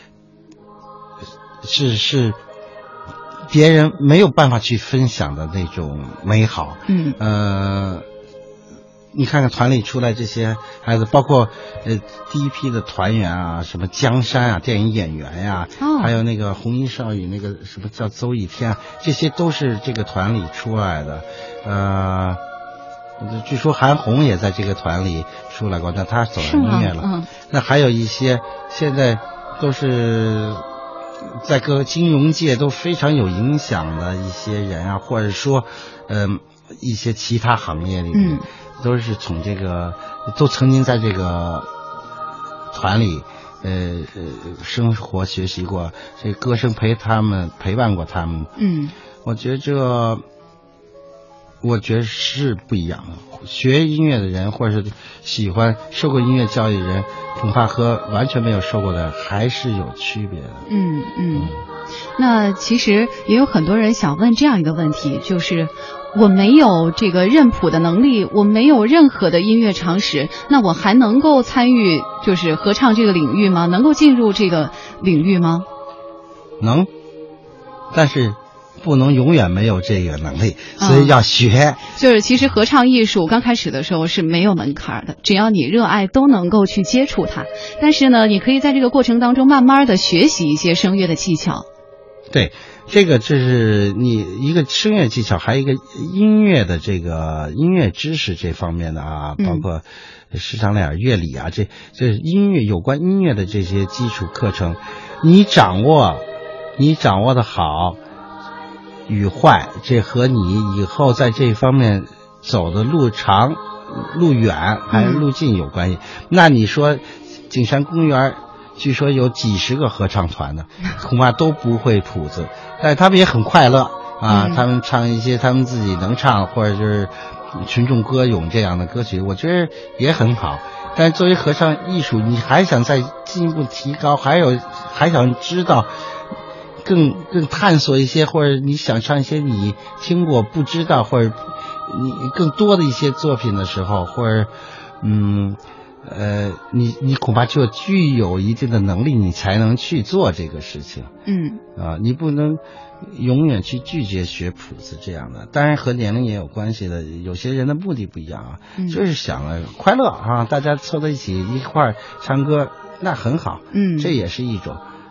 是是别人没有办法去分享的那种美好。 嗯， 呃你看看团里出来这些孩子，包括呃第一批的团员啊，什么江山啊，电影演员呀、啊哦， 还有那个红衣少女那个什么叫邹一天，这些都是这个团里出来的。呃，据说韩红也在这个团里出来过，但她走上音乐了。 嗯， 那还有一些现在都是在各个金融界都非常有影响的一些人啊，或者说嗯、呃、一些其他行业里面。 嗯， 都是从这个，都曾经在这个团里，呃呃，生活学习过，这歌声陪他们陪伴过他们。 嗯， 我觉得这，我觉得是不一样的。学音乐的人，或者是喜欢受过音乐教育的人，恐怕和完全没有受过的还是有区别的。 嗯嗯。那其实也有很多人想问这样一个问题，就是我没有这个认谱的能力，我没有任何的音乐常识，那我还能够参与就是合唱这个领域吗？能够进入这个领域吗？ 能，但是不能永远没有这个能力，所以要学。 嗯，就是其实合唱艺术刚开始的时候是没有门槛的，只要你热爱都能够去接触它。但是呢，你可以在这个过程当中慢慢的学习一些声乐的技巧。 对，这个就是你一个声乐技巧，还有一个音乐的这个音乐知识这方面的啊，包括视唱练耳乐理啊，这这音乐有关音乐的这些基础课程，你掌握，你掌握的好与坏，这和你以后在这方面走的路长、路远还是路近有关系。嗯、那你说景山公园据说有几十个合唱团的，恐怕都不会谱子，但是他们也很快乐啊、嗯！他们唱一些他们自己能唱或者就是群众歌咏这样的歌曲，我觉得也很好。但是作为合唱艺术，你还想再进一步提高，还有还想知道更更探索一些，或者你想唱一些你听过不知道或者你更多的一些作品的时候，或者嗯。呃，你你恐怕就具有一定的能力，你才能去做这个事情。 嗯， 啊，你不能永远去拒绝学谱子这样的。当然和年龄也有关系的，有些人的目的不一样啊， 嗯、 就是想了快乐啊，大家凑在一起一块儿唱歌，那很好。 嗯， 这也是一种。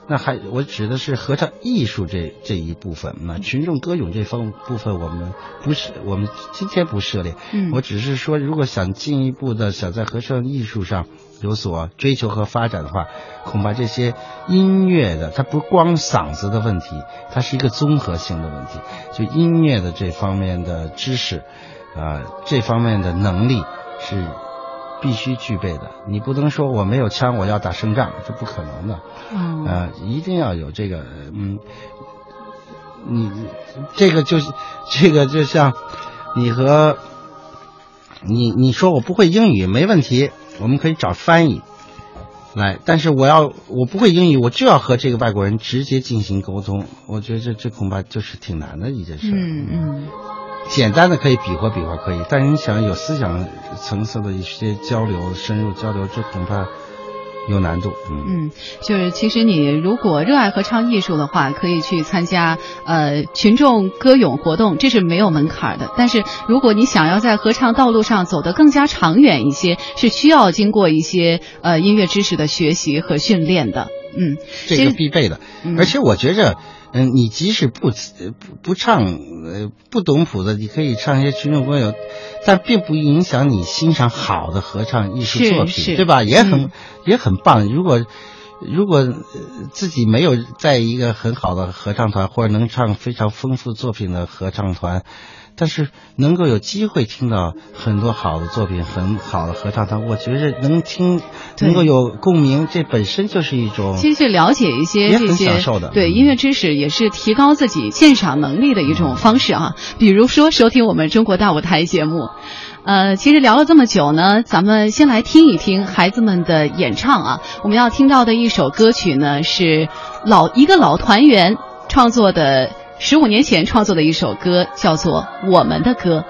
那还我指的是合唱艺术这这一部分，那群众歌咏这方部分我们不是我们今天不涉猎， 嗯， 我只是说，如果想进一步的想在合唱艺术上有所追求和发展的话，恐怕这些音乐的它不光嗓子的问题，它是一个综合性的问题，就音乐的这方面的知识，啊、呃，这方面的能力是必须具备的。你不能说我没有枪我要打胜仗，这不可能的。 嗯， 呃，一定要有这个，嗯，你这个就是这个就像你和你你说我不会英语没问题，我们可以找翻译来，但是我要我不会英语，我就要和这个外国人直接进行沟通，我觉得这这恐怕就是挺难的一件事。 嗯嗯。 简单的可以比划比划可以，但是你想有思想层次的一些交流、深入交流，这恐怕有难度。嗯嗯，就是其实你如果热爱合唱艺术的话，可以去参加呃群众歌咏活动，这是没有门槛的。但是如果你想要在合唱道路上走得更加长远一些，是需要经过一些呃音乐知识的学习和训练的。嗯， 这个必备的。 嗯、 而且我觉着。嗯，你即使不不不唱，呃，不懂谱的，你可以唱一些群众歌咏，但并不影响你欣赏好的合唱艺术作品，对吧？也很、嗯、也很棒。如果如果自己没有在一个很好的合唱团，或者能唱非常丰富作品的合唱团，但是能够有机会听到很多好的作品，很好的合唱团，我觉得能听能够有共鸣，这本身就是一种其实去了解一些这些也很享受的对音乐知识，也是提高自己鉴赏能力的一种方式啊。比如说收听我们中国大舞台节目。呃，其实聊了这么久呢，咱们先来听一听孩子们的演唱啊。我们要听到的一首歌曲呢，是老一个老团员创作的，十五年前创作的一首歌，叫做《我们的歌》。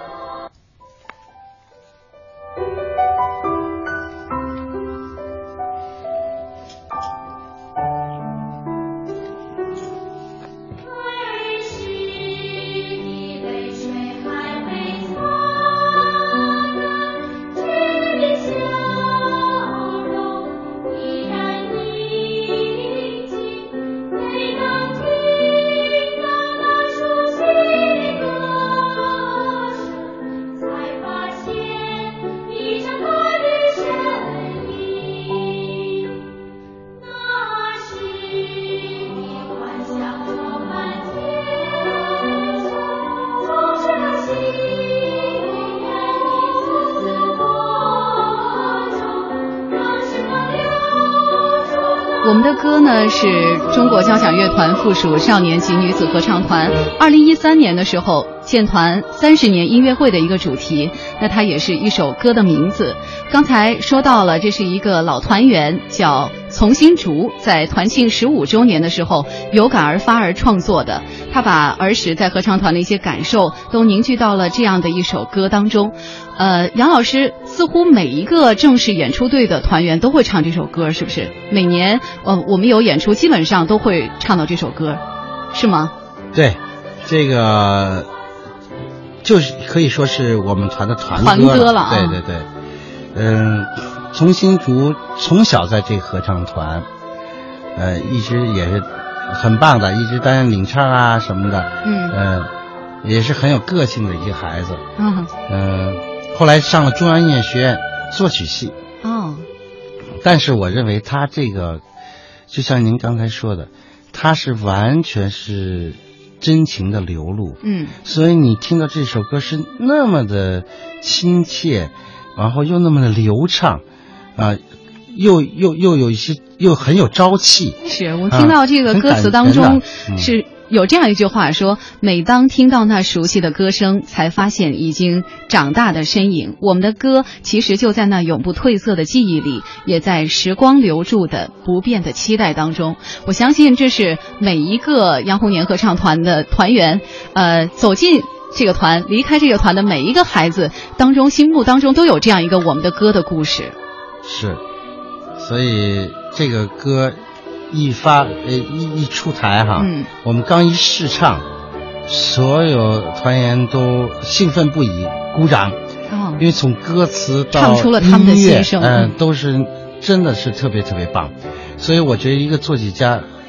我们的歌呢，是中国交响乐团附属少年级女子合唱团二零一三年的时候建团三十年音乐会的一个主题，那它也是一首歌的名字。刚才说到了，这是一个老团员叫丛新竹，在团庆十五周年的时候有感而发而创作的，他把儿时在合唱团的一些感受都凝聚到了这样的一首歌当中。呃，杨老师，似乎每一个正式演出队的团员都会唱这首歌，是不是？每年呃我们有演出，基本上都会唱到这首歌，是吗？ 对，这个就是可以说是我们团的团歌了。 团歌了啊！ 对对对，嗯，丛新竹从小在这个合唱团，呃，一直也是很棒的，一直担任领唱啊什么的。嗯。呃，也是很有个性的一个孩子。嗯。嗯、呃，后来上了中央音乐学院作曲系。 哦。 但是我认为他这个，就像您刚才说的，他是完全是真情的流露。 嗯。所以你听到这首歌是那么的亲切，然后又那么的流畅，啊、呃，又又又有一些又很有朝气。 是我听到这个歌词当中、嗯、是有这样一句话说，每当听到那熟悉的歌声，才发现已经长大的身影。我们的歌其实就在那永不褪色的记忆里，也在时光留住的不变的期待当中。我相信这是每一个杨红年合唱团的团员呃走进这个团离开这个团的每一个孩子当中，心目当中都有这样一个我们的歌的故事。 是，所以这个歌一发呃一一出台哈，嗯，我们刚一试唱，所有团员都兴奋不已，鼓掌。哦，因为从歌词到唱出了他们的心声， 嗯、呃，都是真的是特别特别棒。所以我觉得一个作曲家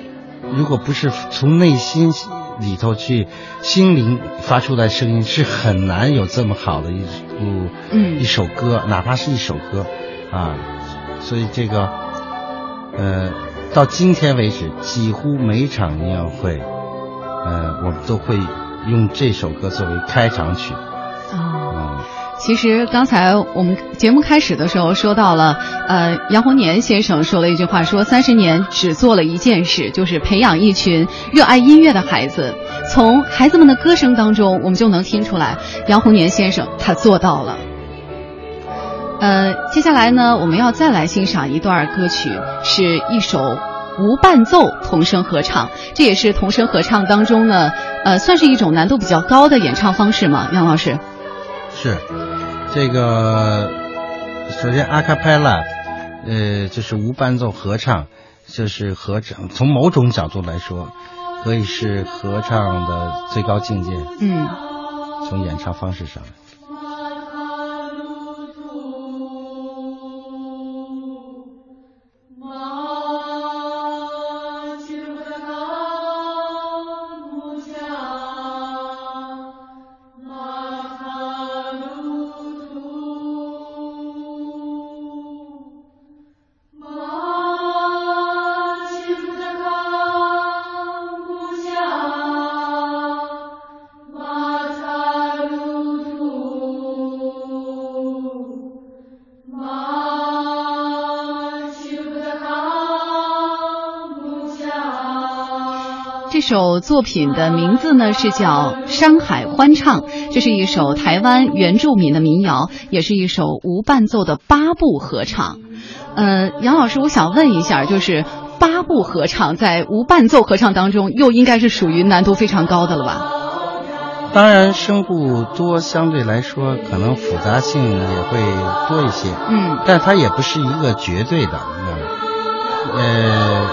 如果不是从内心里头去心灵发出来声音，是很难有这么好的一部嗯一首歌，哪怕是一首歌啊。所以这个呃到今天为止，几乎每场音乐会呃我们都会用这首歌作为开场曲。 哦，嗯，其实刚才我们节目开始的时候说到了，呃，杨洪年先生说了一句话，说三十年只做了一件事，就是培养一群热爱音乐的孩子。从孩子们的歌声当中，我们就能听出来，杨洪年先生他做到了。呃，接下来呢，我们要再来欣赏一段歌曲，是一首无伴奏童声合唱，这也是童声合唱当中呢，呃，算是一种难度比较高的演唱方式吗？杨老师？ 是，这个首先阿卡贝拉，呃，就是无伴奏合唱，就是合唱，从某种角度来说，可以是合唱的最高境界。 嗯， 从演唱方式上。 这首作品的名字呢是叫《山海欢唱》，这是一首台湾原住民的民谣，也是一首无伴奏的八部合唱。呃，杨老师，我想问一下，就是八部合唱在无伴奏合唱当中，又应该是属于难度非常高的了吧？ 当然，声部多，相对来说可能复杂性也会多一些。 嗯， 但它也不是一个绝对的。嗯、呃。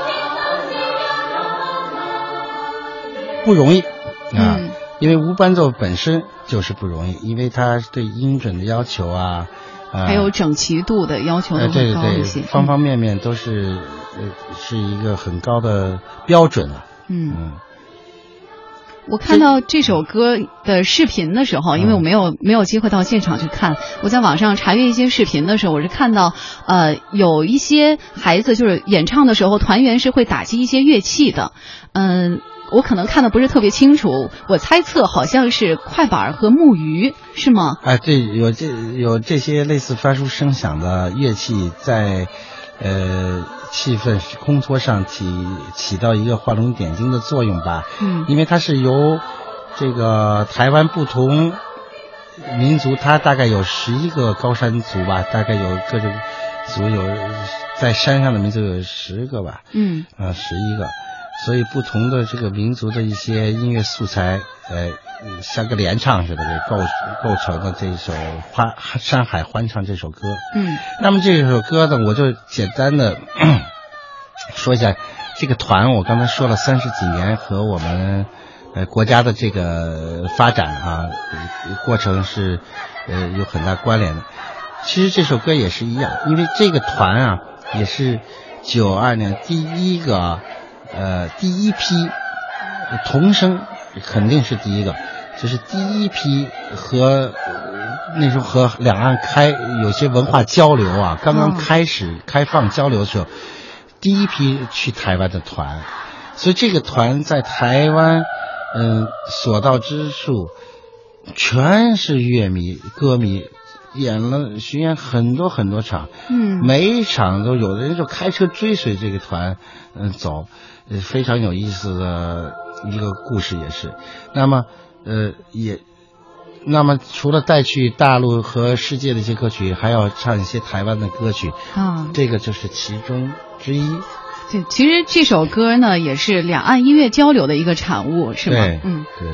不容易啊、嗯，因为无伴奏本身就是不容易，因为它对音准的要求啊，呃、 还有整齐度的要求都会高一些， 呃、对对对，方方面面都是、呃、是一个很高的标准啊。 嗯，嗯我看到这首歌的视频的时候，因为我没有没有机会到现场去看，我在网上查阅一些视频的时候，我是看到呃有一些孩子就是演唱的时候，团员是会打击一些乐器的，嗯、呃。我可能看的不是特别清楚，我猜测好像是快板和木鱼，是吗？ 啊，对，有这有这些类似发出声响的乐器在，呃，气氛烘托上起起到一个画龙点睛的作用吧。 嗯， 因为它是由这个台湾不同民族，它大概有十一个高山族吧，大概有各种族有在山上的民族有十个吧。 嗯， 啊、呃，十一个。所以不同的这个民族的一些音乐素材，呃，像个连唱似的，给构构成了这首《欢山海欢唱》这首歌。 嗯， 那么这首歌呢，我就简单的说一下这个团。我刚才说了三十几年和我们呃国家的这个发展啊过程是呃有很大关联的。其实这首歌也是一样，因为这个团啊也是九二年第一个。呃，第一批童声肯定是第一个，就是第一批和那时候和两岸开有些文化交流啊，刚刚开始开放交流的时候，第一批去台湾的团，所以这个团在台湾，嗯、呃，所到之处全是乐迷、歌迷。演了巡演很多很多场， 嗯， 每一场都有的人就开车追随这个团，嗯、呃，走，呃，非常有意思的一个故事也是。那么，呃，也，那么除了带去大陆和世界的一些歌曲，还要唱一些台湾的歌曲啊， 这个就是其中之一。 对，其实这首歌呢，也是两岸音乐交流的一个产物，是吗？ 对， 嗯， 对。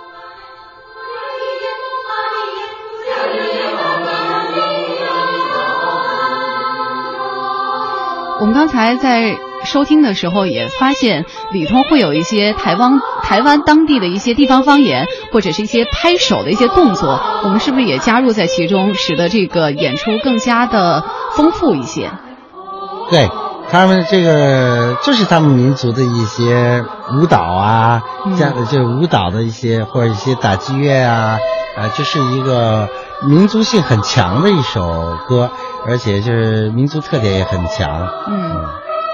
我们刚才在收听的时候也发现里头会有一些台湾台湾当地的一些地方方言，或者是一些拍手的一些动作，我们是不是也加入在其中，使得这个演出更加的丰富一些？ 对， 他们这个就是他们民族的一些舞蹈啊，这样的就是舞蹈的一些或者一些打击乐啊，啊，这是一个民族性很强的一首歌，而且就是民族特点也很强。 嗯。嗯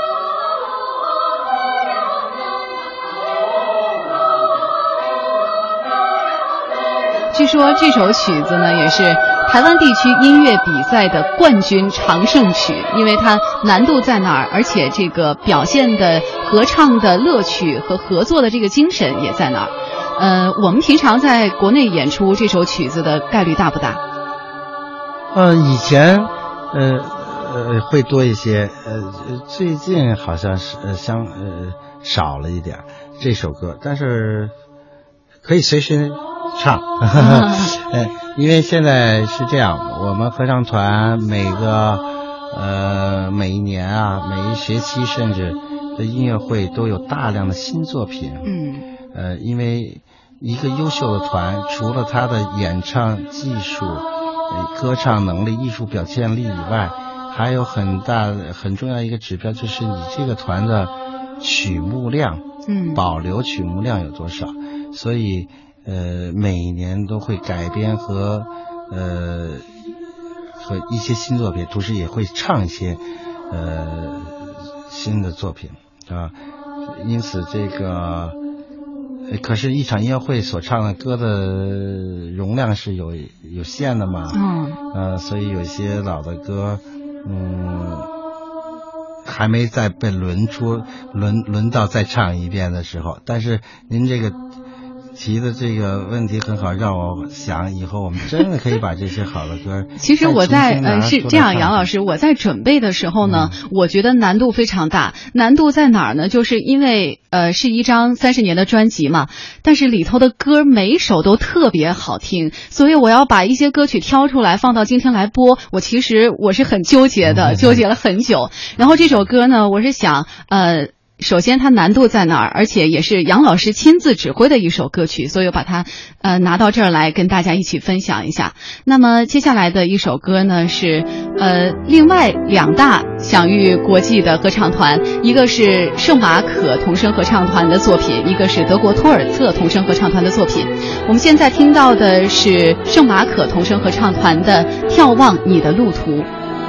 据说这首曲子呢，也是台湾地区音乐比赛的冠军常胜曲，因为它难度在哪儿，而且这个表现的合唱的乐趣和合作的这个精神也在哪儿。呃，我们平常在国内演出这首曲子的概率大不大？ 呃，以前呃呃会多一些，呃最近好像是呃相呃少了一点这首歌，但是可以随时唱，嗯，因为现在是这样，我们合唱团每个呃每一年啊，每一学期甚至的音乐会都有大量的新作品。 嗯， 呃，因为一个优秀的团，除了他的演唱技术、歌唱能力、艺术表现力以外，还有很大很重要一个指标，就是你这个团的曲目量， 嗯， 保留曲目量有多少，所以。呃，每年都会改编和呃和一些新作品，同时也会唱一些呃新的作品啊。因此，这个可是，一场音乐会所唱的歌的容量是有有限的嘛， 嗯， 呃，所以有一些老的歌，嗯，还没再被轮出轮轮到再唱一遍的时候，但是您这个。提的这个问题很好，让我想以后我们真的可以把这些好的歌。 其实我在呃是这样，杨老师，我在准备的时候呢，嗯、我觉得难度非常大。难度在哪儿呢？就是因为呃是一张三十年的专辑嘛，但是里头的歌每一首都特别好听，所以我要把一些歌曲挑出来放到今天来播，我其实我是很纠结的，纠结了很久。然后这首歌呢，我是想呃。首先它难度在哪儿，而且也是杨老师亲自指挥的一首歌曲，所以我把它呃拿到这儿来跟大家一起分享一下。那么接下来的一首歌呢是呃另外两大享誉国际的合唱团，一个是圣马可童声合唱团的作品，一个是德国托尔特童声合唱团的作品。我们现在听到的是圣马可童声合唱团的《眺望你的路途》。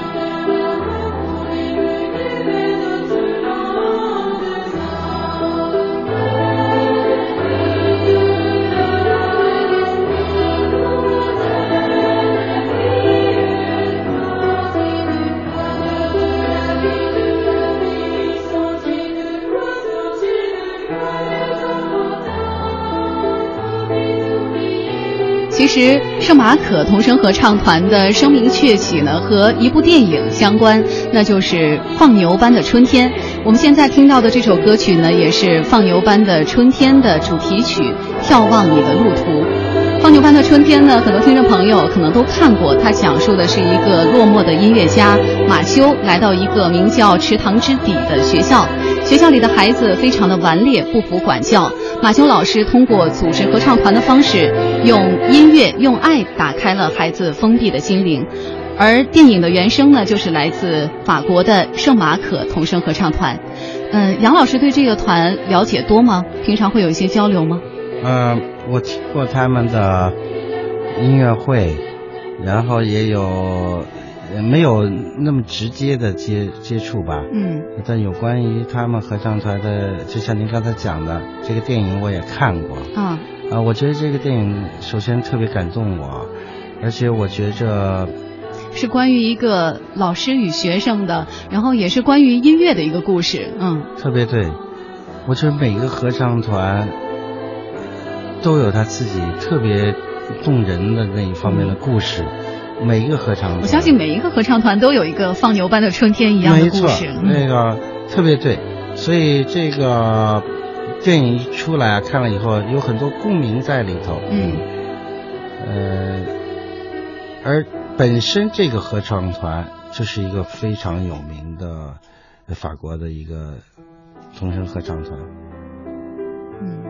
其实圣马可童声合唱团的声名鹊起呢，和一部电影相关，那就是《放牛班的春天》。我们现在听到的这首歌曲呢，也是《放牛班的春天》的主题曲《眺望你的路途》。放牛班的春天呢，很多听众朋友可能都看过，它讲述的是一个落寞的音乐家马修来到一个名叫池塘之底的学校，学校里的孩子非常的顽劣，不服管教。马修老师通过组织合唱团的方式，用音乐用爱打开了孩子封闭的心灵。而电影的原声呢，就是来自法国的圣马可童声合唱团。嗯、呃，杨老师对这个团了解多吗？平常会有一些交流吗？ 呃，我听过他们的音乐会，然后也有没有那么直接的接接触吧。 嗯， 但有关于他们合唱团的，就像您刚才讲的这个电影，我也看过。 啊， 啊，我觉得这个电影首先特别感动我，而且我觉着是关于一个老师与学生的，然后也是关于音乐的一个故事。嗯， 特别对，我觉得每个合唱团都有他自己特别动人的那一方面的故事。嗯，每一个合唱团， 我相信每一个合唱团都有一个放牛班的春天一样的故事。 没错，那个特别对，所以这个电影一出来看了以后，有很多共鸣在里头。 嗯， 呃，而本身这个合唱团就是一个非常有名的法国的一个童声合唱团。 嗯。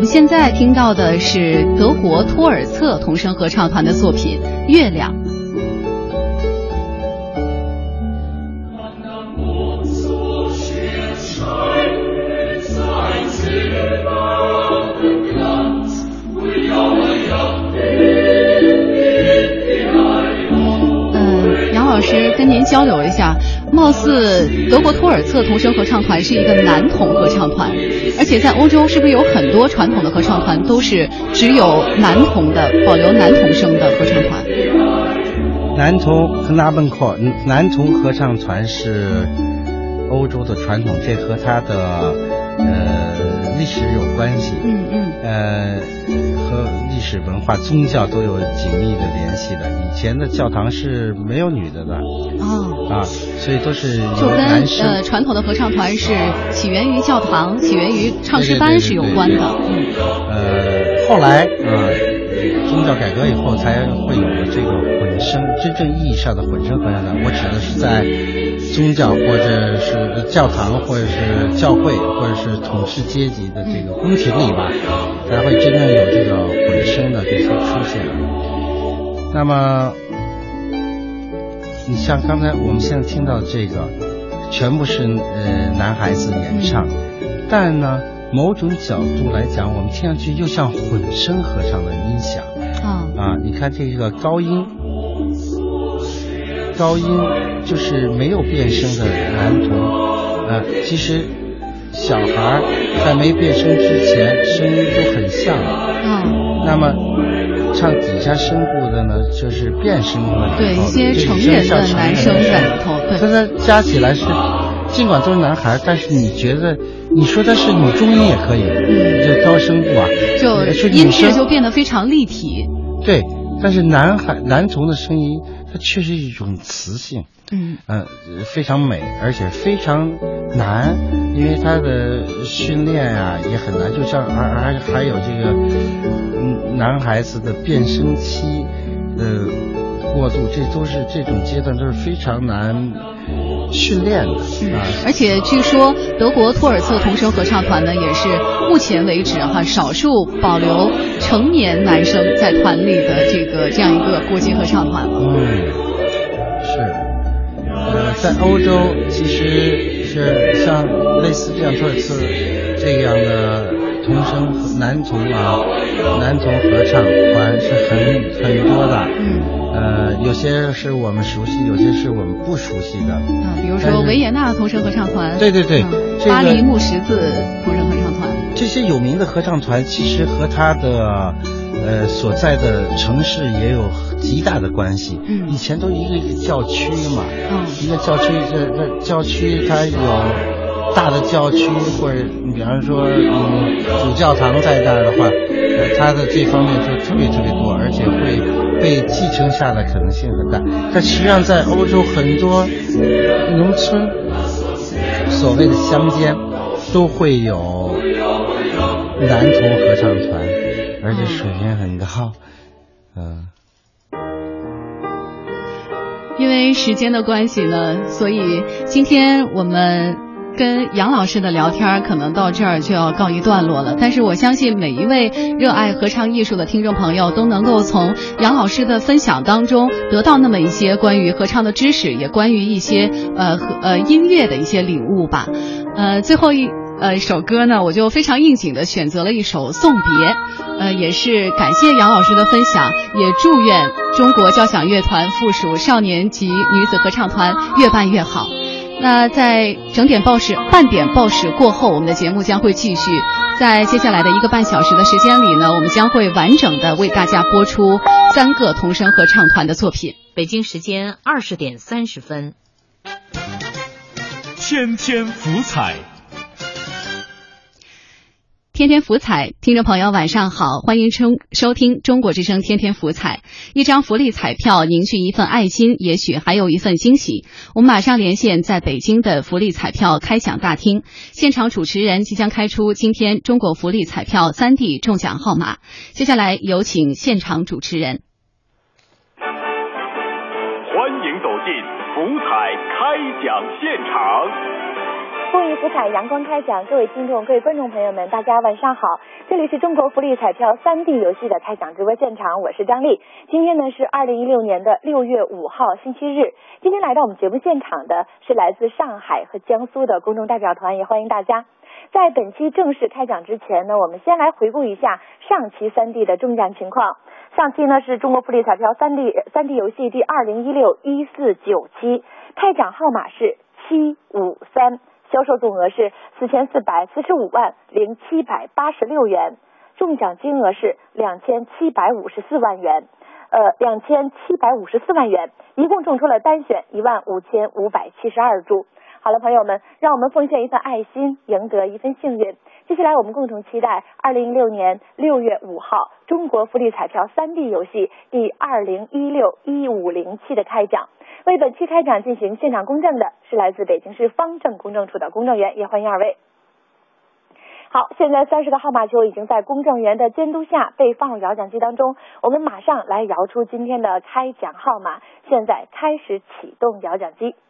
现在听到的是德国托尔策童声合唱团的作品《月亮》。老师跟您交流一下，貌似德国托尔策童声合唱团是一个男童合唱团，而且在欧洲是不是有很多传统的合唱团都是只有男童的，保留男童声的合唱团？ 男童 Knabenchor 男童合唱团是欧洲的传统，这和它的呃历史有关系。嗯嗯。呃，和历史文化、宗教都有紧密的联系的。以前的教堂是没有女的的。哦。啊，所以都是由男生。 就跟呃传统的合唱团是起源于教堂、起源于唱诗班是有关的。 嗯。呃，后来呃宗教改革以后，才会有了这个混声，真正意义上的混声合唱团。我指的是在宗教或者是教堂或者是教会或者是统治阶级的这个宫廷里吧，才会真正有这个混声的这些出现。那么你像刚才我们现在听到这个全部是呃男孩子演唱，但呢某种角度来讲，我们听上去又像混声合唱的音响。啊啊，你看这个高音高音就是没有变声的男童，呃，其实小孩在没变声之前声音都很像。嗯，那么唱底下声部的呢，就是变声的， 对一些成人的男生在里头，对， 它它加起来是，尽管都是男孩，但是你觉得你说它是女中音也可以，嗯，就高声部啊， 就音质就变得非常立体。 对，但是男孩男童的声音，它确实一种磁性。嗯呃非常美，而且非常难，因为它的训练啊也很难，就像还还还有这个嗯男孩子的变声期呃过渡，这都是这种阶段都是非常难训练的。 嗯、啊，而且据说德国托尔策童声合唱团呢，也是目前为止哈少数保留成年男生在团里的这个这样一个国际合唱团了。 嗯，是。呃，在欧洲其实是像类似这样托尔策这样的童声男童啊，男童合唱团是很很多的。嗯，呃，有些是我们熟悉，有些是我们不熟悉的。 啊，比如说维也纳童声合唱团。 对对对， 嗯这个、巴黎木十字童声合唱团。 这些有名的合唱团其实和它的呃所在的城市也有极大的关系。嗯，以前都一个一个教区嘛。嗯，一个教区，这这教区它有大的教区，或者你比方说嗯主教堂在那儿的话，呃它的这方面就特别特别多，而且会被继承下来可能性很大。但实际上在欧洲很多农村所谓的乡间都会有男童合唱团，而且水平很高。嗯， 因为时间的关系呢，所以今天我们跟杨老师的聊天可能到这儿就要告一段落了。但是我相信每一位热爱合唱艺术的听众朋友都能够从杨老师的分享当中得到那么一些关于合唱的知识，也关于一些呃和呃音乐的一些领悟吧。呃，最后一。呃，一首歌呢，我就非常应景的选择了一首《送别》，呃，也是感谢杨老师的分享，也祝愿中国交响乐团附属少年级女子合唱团越办越好。那在整点报时、半点报时过后，我们的节目将会继续。在接下来的一个半小时的时间里呢，我们将会完整的为大家播出三个童声合唱团的作品。 北京时间二十点三十分， 天天福彩。 天天福彩，听众朋友晚上好，欢迎收收听中国之声天天福彩。一张福利彩票凝聚一份爱心，也许还有一份惊喜。我们马上连线在北京的福利彩票开奖大厅，现场主持人即将开出今天中国福利彩票 三 D 中奖号码。接下来有请现场主持人。 欢迎走进福彩开奖现场。 公益福彩阳光开奖，各位听众、各位观众朋友们，大家晚上好！这里是中国福利彩票三 D 游戏的开奖直播现场，我是张丽。今天呢是二零一六年的六月五号，星期日。今天来到我们节目现场的是来自上海和江苏的公众代表团，也欢迎大家。在本期正式开奖之前呢，我们先来回顾一下上期三 D 的中奖情况。上期呢是中国福利彩票三 D 三 D 游戏第二零一六一四九期，开奖号码是七五三。销售总额是四千四百四十五万零七百八十六元，中奖金额是两千七百五十四万元，呃，两千七百五十四万元，一共中出了单选一万五千五百七十二注。好了，朋友们，让我们奉献一份爱心，赢得一份幸运。接下来，我们共同期待二零一六年六月五号中国福利彩票三 D 游戏第二零一六一五零期的开奖。为本期开奖进行现场公证的是来自北京市方正公证处的公证员，也欢迎二位。好，现在三十个号码球已经在公证员的监督下被放入摇奖机当中，我们马上来摇出今天的开奖号码。现在开始启动摇奖机。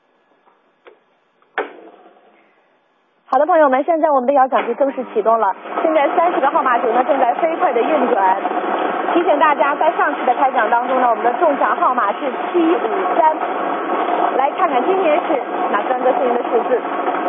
好的，朋友们，现在我们的摇奖机正式启动了。现在三十个号码球呢正在飞快的运转。提醒大家，在上次的开奖当中呢，我们的中奖号码是七五三。来看看今天是哪三个幸运的数字。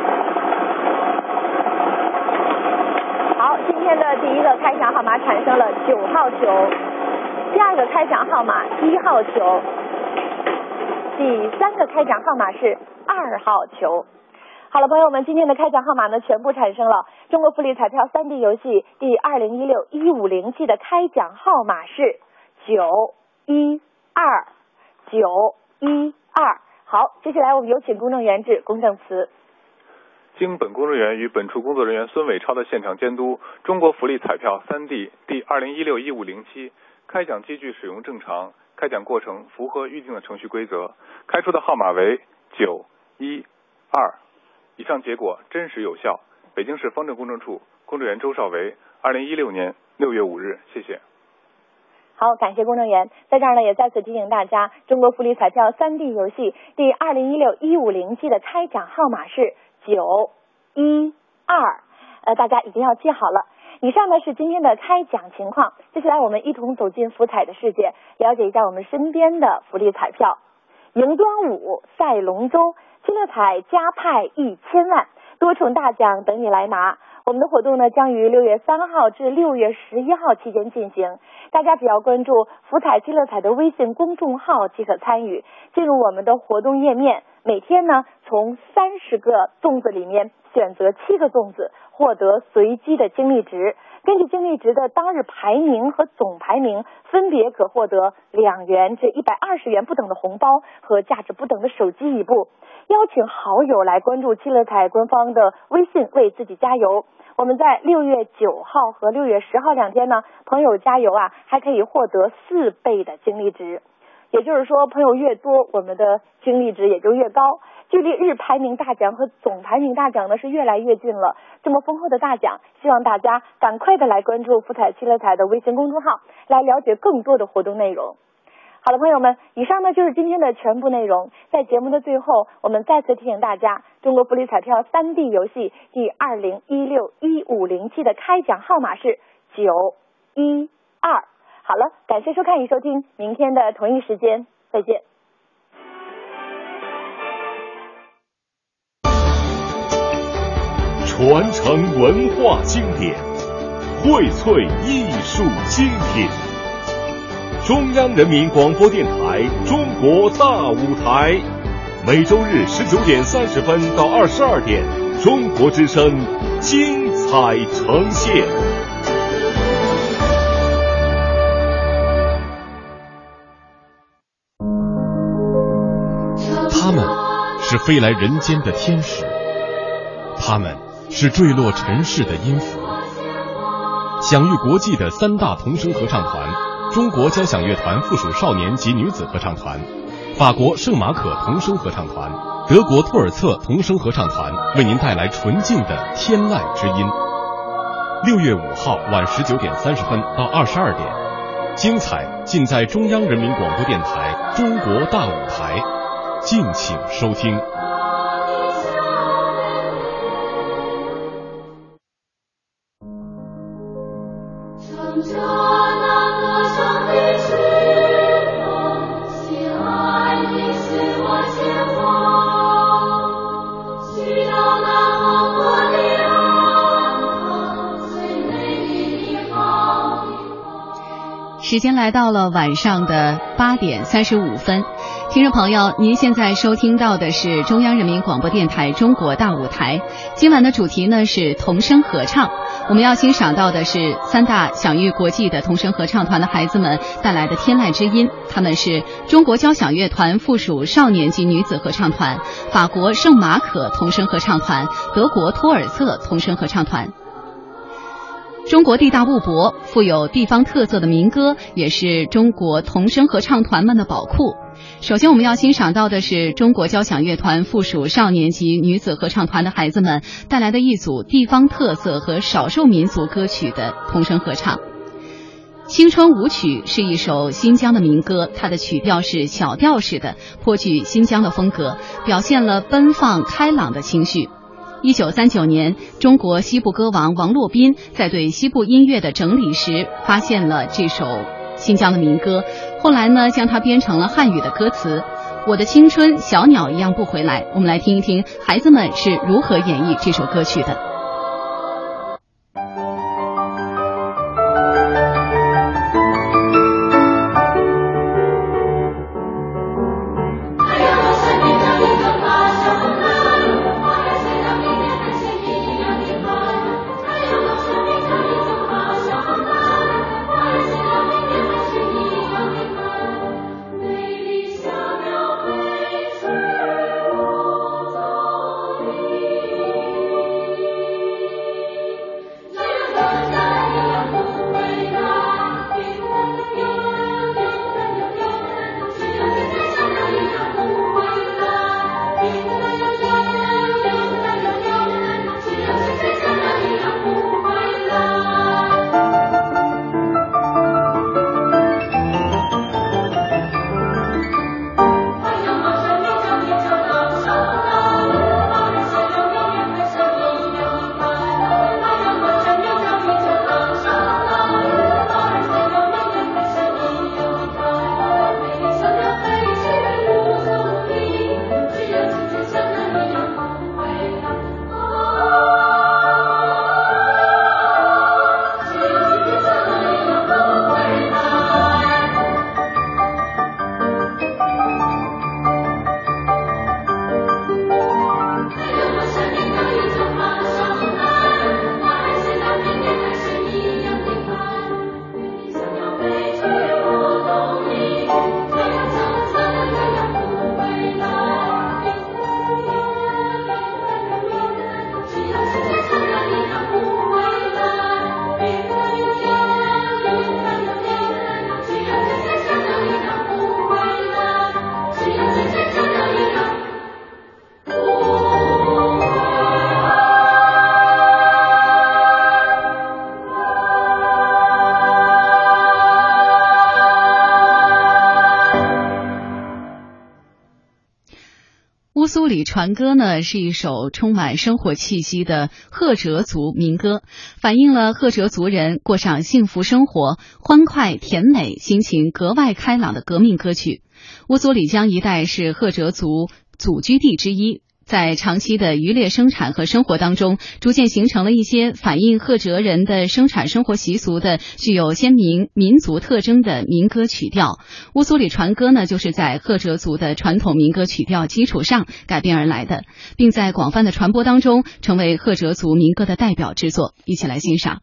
好，今天的第一个开奖号码产生了九号球，第二个开奖号码一号球，第三个开奖号码是二号球。好了，朋友们，今天的开奖号码呢全部产生了。中国福利彩票三 D 游戏第二零一六一五零期的开奖号码是九一二九一二。好，接下来我们有请公证员致公证词。 经本公证员与本处工作人员孙伟超的现场监督，中国福利彩票三 D 第二零一六一五零期开奖机具使用正常，开奖过程符合预定的程序规则，开出的号码为九一二。以上结果真实有效。北京市方正公证处公证员周少维，二零一六年六月五日，谢谢。 好，感谢公证员。在这儿呢，也再次提醒大家，中国福利彩票三 D 游戏第二零一六一五零期的开奖号码是九一二，呃，大家一定要记好了。以上呢是今天的开奖情况。接下来我们一同走进福彩的世界，了解一下我们身边的福利彩票。迎端午，赛龙舟，七乐彩加派一千万，多重大奖等你来拿。我们的活动呢将于六月三号至六月十一号期间进行，大家只要关注福彩七乐彩的微信公众号即可参与。进入我们的活动页面，每天呢从三十个粽子里面选择七个粽子，获得随机的精力值。根据精力值的当日排名和总排名，分别可获得两元至一百二十元不等的红包和价值不等的手机一部。邀请好友来关注七乐彩官方的微信，为自己加油。我们在六月九号和六月十号两天呢，朋友加油啊，还可以获得四倍的精力值。也就是说，朋友越多，我们的精力值也就越高。距离日排名大奖和总排名大奖呢是越来越近了。这么丰厚的大奖，希望大家赶快的来关注福彩七乐彩的微信公众号，来了解更多的活动内容。好了，朋友们，以上呢就是今天的全部内容。在节目的最后，我们再次提醒大家，中国福利彩票三 D 游戏第二零一六一五零期的开奖号码是九一二。好了，感谢收看与收听，明天的同一时间再见。 传承文化经典，荟萃艺术精品。中央人民广播电台中国大舞台，每周日十九点三十分到二十二点，中国之声精彩呈现。他们是飞来人间的天使，他们是坠落尘世的音符。享誉国际的三大童声合唱团，中国交响乐团附属少年及女子合唱团，法国圣马可童声合唱团，德国托尔策童声合唱团，为您带来纯净的天籁之音。六月五号晚十九点三十分到二十二点，精彩尽在中央人民广播电台中国大舞台，敬请收听。 时间来到了晚上的八点三十五分，听众朋友，您现在收听到的是中央人民广播电台中国大舞台。今晚的主题呢是童声合唱，我们要欣赏到的是三大享誉国际的童声合唱团的孩子们带来的天籁之音，他们是中国交响乐团附属少年级女子合唱团、法国圣马可童声合唱团、德国托尔瑟童声合唱团。中国地大物博，富有地方特色的民歌也是中国童声合唱团们的宝库。首先我们要欣赏到的是中国交响乐团附属少年级女子合唱团的孩子们带来的一组地方特色和少数民族歌曲的童声合唱。青春舞曲是一首新疆的民歌，它的曲调是小调式的，颇具新疆的风格，表现了奔放开朗的情绪。一九三九年，中国西部歌王王洛宾在对西部音乐的整理时，发现了这首新疆的民歌，后来呢，将它编成了汉语的歌词。我的青春小鸟一样不回来。我们来听一听孩子们是如何演绎这首歌曲的。乌苏里船歌呢是一首充满生活气息的赫哲族民歌，反映了赫哲族人过上幸福生活、欢快甜美、心情格外开朗的革命歌曲。乌苏里江一带是赫哲族祖居地之一，在长期的渔猎生产和生活当中，逐渐形成了一些反映赫哲人的生产生活习俗的具有鲜明民族特征的民歌曲调。乌苏里船歌呢，就是在赫哲族的传统民歌曲调基础上改编而来的，并在广泛的传播当中成为赫哲族民歌的代表之作。一起来欣赏。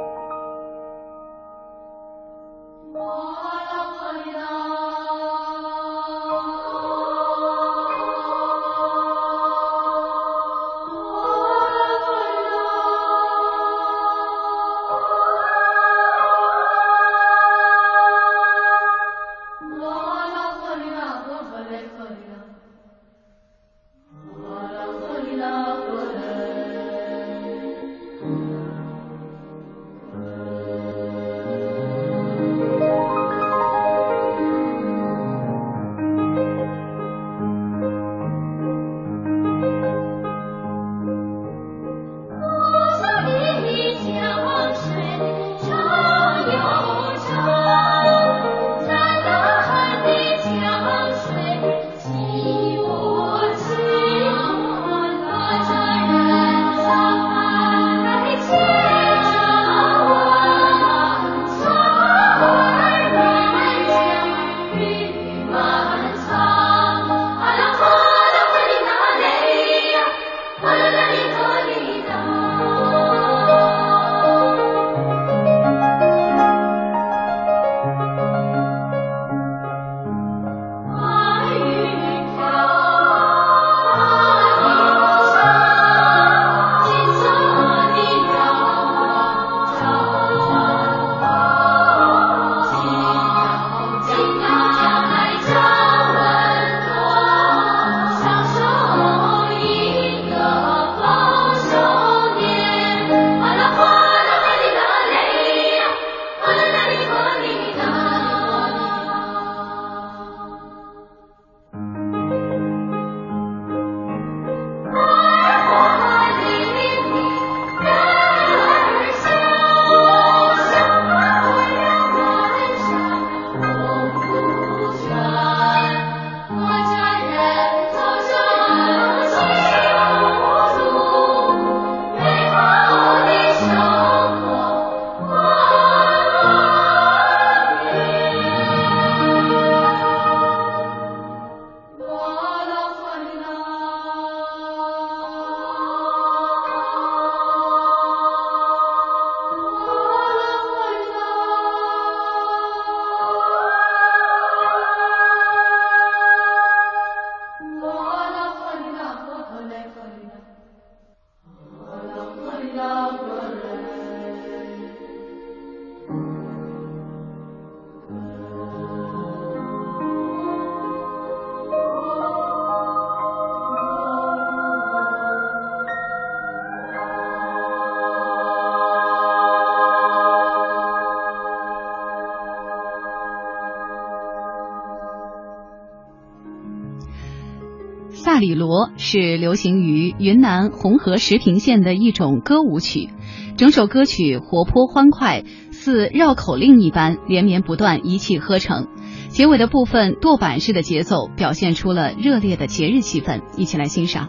我里罗是流行于云南红河石屏县的一种歌舞曲，整首歌曲活泼欢快，似绕口令一般连绵不断，一气呵成。结尾的部分剁板式的节奏表现出了热烈的节日气氛，一起来欣赏。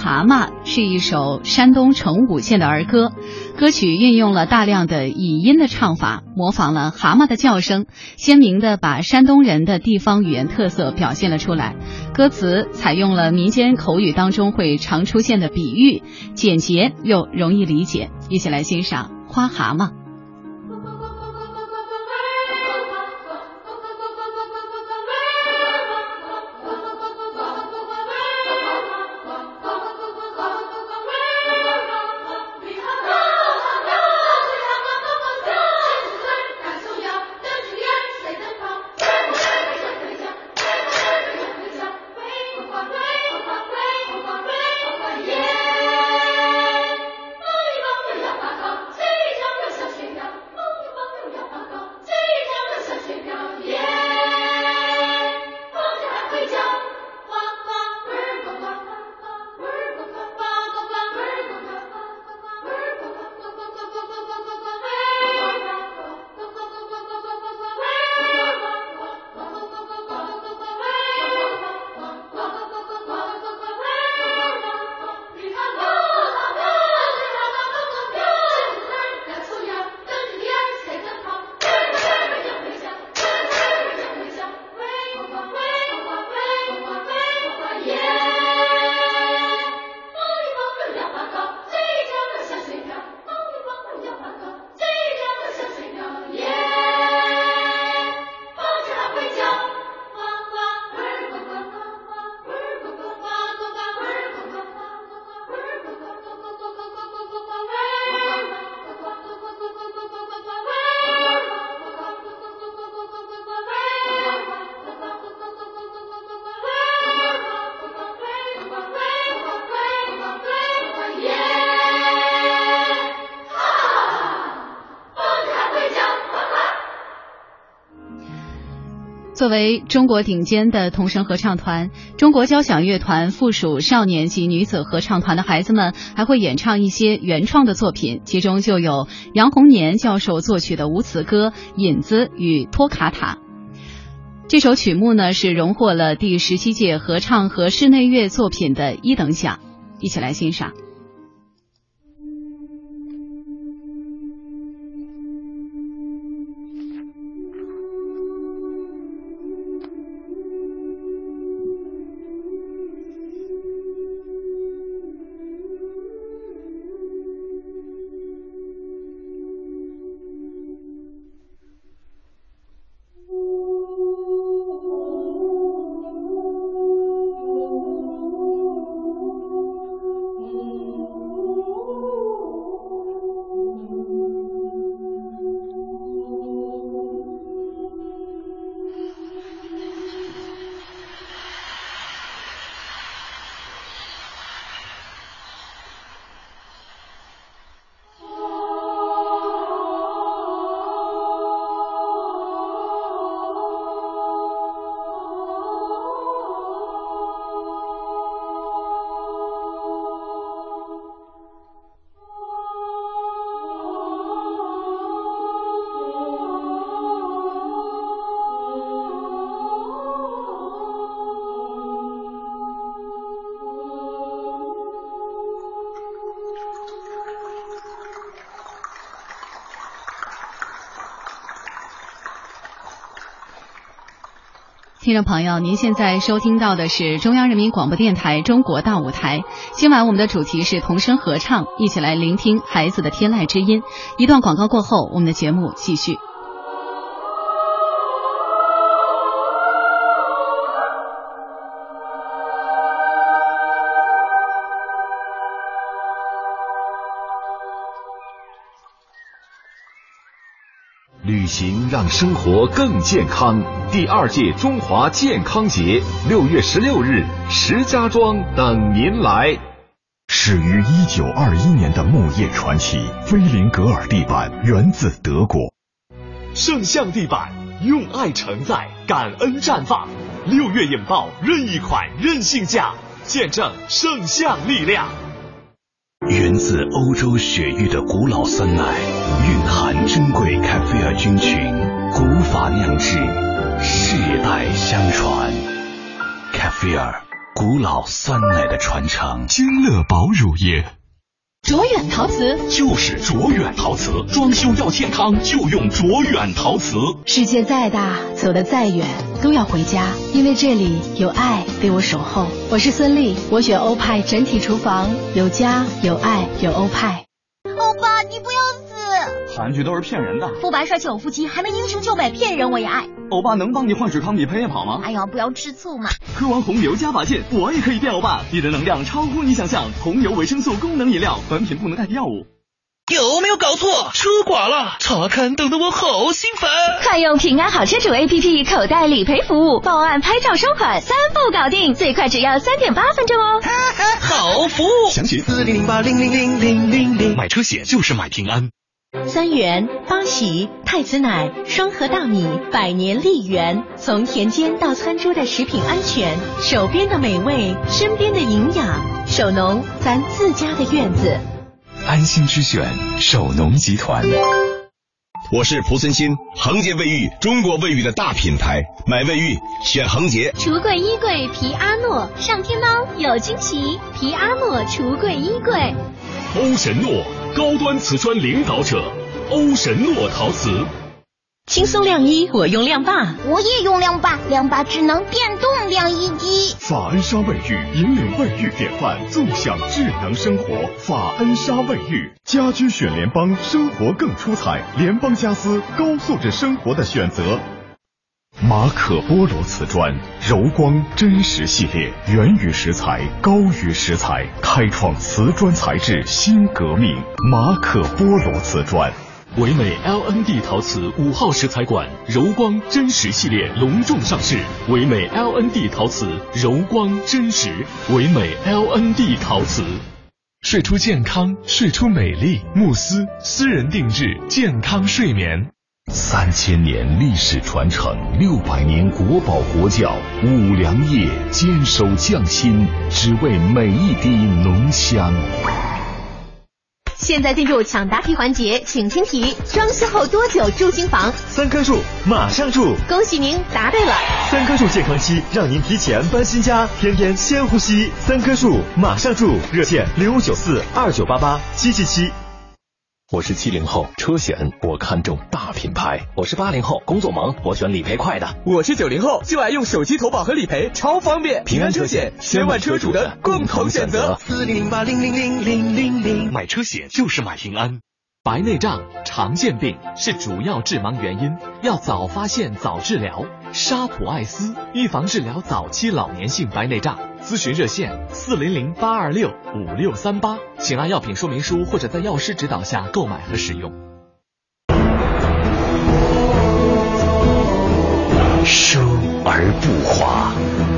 蛤蟆》是一首山东成武县的儿歌，歌曲运用了大量的乙音的唱法，模仿了蛤蟆的叫声，鲜明地把山东人的地方语言特色表现了出来。歌词采用了民间口语当中会常出现的比喻，简洁又容易理解。一起来欣赏《花蛤蟆》。作为中国顶尖的童声合唱团，中国交响乐团附属少年级女子合唱团的孩子们还会演唱一些原创的作品，其中就有杨洪年教授作曲的无词歌《引子与托卡塔》。这首曲目呢是荣获了第十七届合唱和室内乐作品的一等奖，一起来欣赏。听众朋友，您现在收听到的是中央人民广播电台中国大舞台。今晚我们的主题是童声合唱，一起来聆听孩子的天籁之音。一段广告过后，我们的节目继续。 旅行让生活更健康。第二届中华健康节，六月十六日，石家庄等您来。 始于一九二一年的木业传奇菲林格尔地板源自德国。 圣象地板，用爱承载，感恩绽放。六月引爆任意款任性价，见证圣象力量。 源自欧洲雪域的古老酸奶，蕴含珍贵凯菲尔菌群，古法酿制，世代相传。凯菲尔， 古老酸奶的传承。 君乐宝乳业。 卓远陶瓷就是卓远陶瓷，装修要健康就用卓远陶瓷。 世界再大，走得再远，都要回家，因为这里有爱为我守候。我是孙俪，我选欧派整体厨房，有家有爱有欧派。 欧巴，你不要死！ 韩剧都是骗人的， 肤白帅气有腹肌，还能英雄救美，骗人我也爱。 欧巴能帮你换水康比喷液跑吗？ 哎呀，不要吃醋嘛！ 喝完红牛加把劲，我也可以变欧巴，你的能量超乎你想象。红牛维生素功能饮料，本品不能代替药物。 有没有搞错？车剐了，查看等得我好兴奋。 快用平安好车主 A P P 口袋理赔服务，报案、拍照、收款三步搞定，最快只要三点八分钟哦。 好服务， 详询四零零八零零零零零零。 买车险就是买平安。 三元、八喜、太子奶、双核大米、百年丽源，从田间到餐桌的食品安全，手边的美味，身边的营养，手农咱自家的院子。 安心之选，手农集团。 我是蒲森新，恒洁卫浴，中国卫浴的大品牌，买卫浴选恒洁。 橱柜衣柜皮阿诺，上天猫有惊喜，皮阿诺橱柜衣柜。 欧神诺，高端瓷砖领导者，欧神诺陶瓷。 轻松晾衣，我用晾霸， 我也用晾霸，晾霸智能电动晾衣机。 法恩莎卫浴引领卫浴典范，纵享智能生活。法恩莎卫浴，家居选联邦，生活更出彩。联邦家私，高素质生活的选择。马可波罗瓷砖，柔光真实系列，源于石材，高于石材，开创瓷砖材质新革命。马可波罗瓷砖。唯美 L N D 陶瓷五号石材馆柔光真实系列隆重上市，唯美 L N D 陶瓷柔光真实，唯美 L N D 陶瓷。睡出健康，睡出美丽，慕斯私人定制健康睡眠。三千年历史传承，六百年国宝国窖，五粮液坚守匠心，只为每一滴浓香。 现在进入抢答题环节，请听题：装修后多久住新房？ 三棵树，马上住！ 恭喜您答对了。 三棵树健康期，让您提前搬新家，天天先呼吸。三棵树，马上住！热线零五九四二九八八七七七。 我是七零后，车险我看重大品牌。我是八零后，工作忙，我选理赔快的。 我是九零后，就爱用手机投保和理赔，超方便。 平安车险，千万车主的共同选择。 四零零八零零零零零零。 买车险就是买平安。白内障常见病，是主要致盲原因，要早发现早治疗。沙普爱思预防治疗早期老年性白内障，咨询热线四零零八二六五六三八，请按药品说明书或者在药师指导下购买和使用。 奢而不华，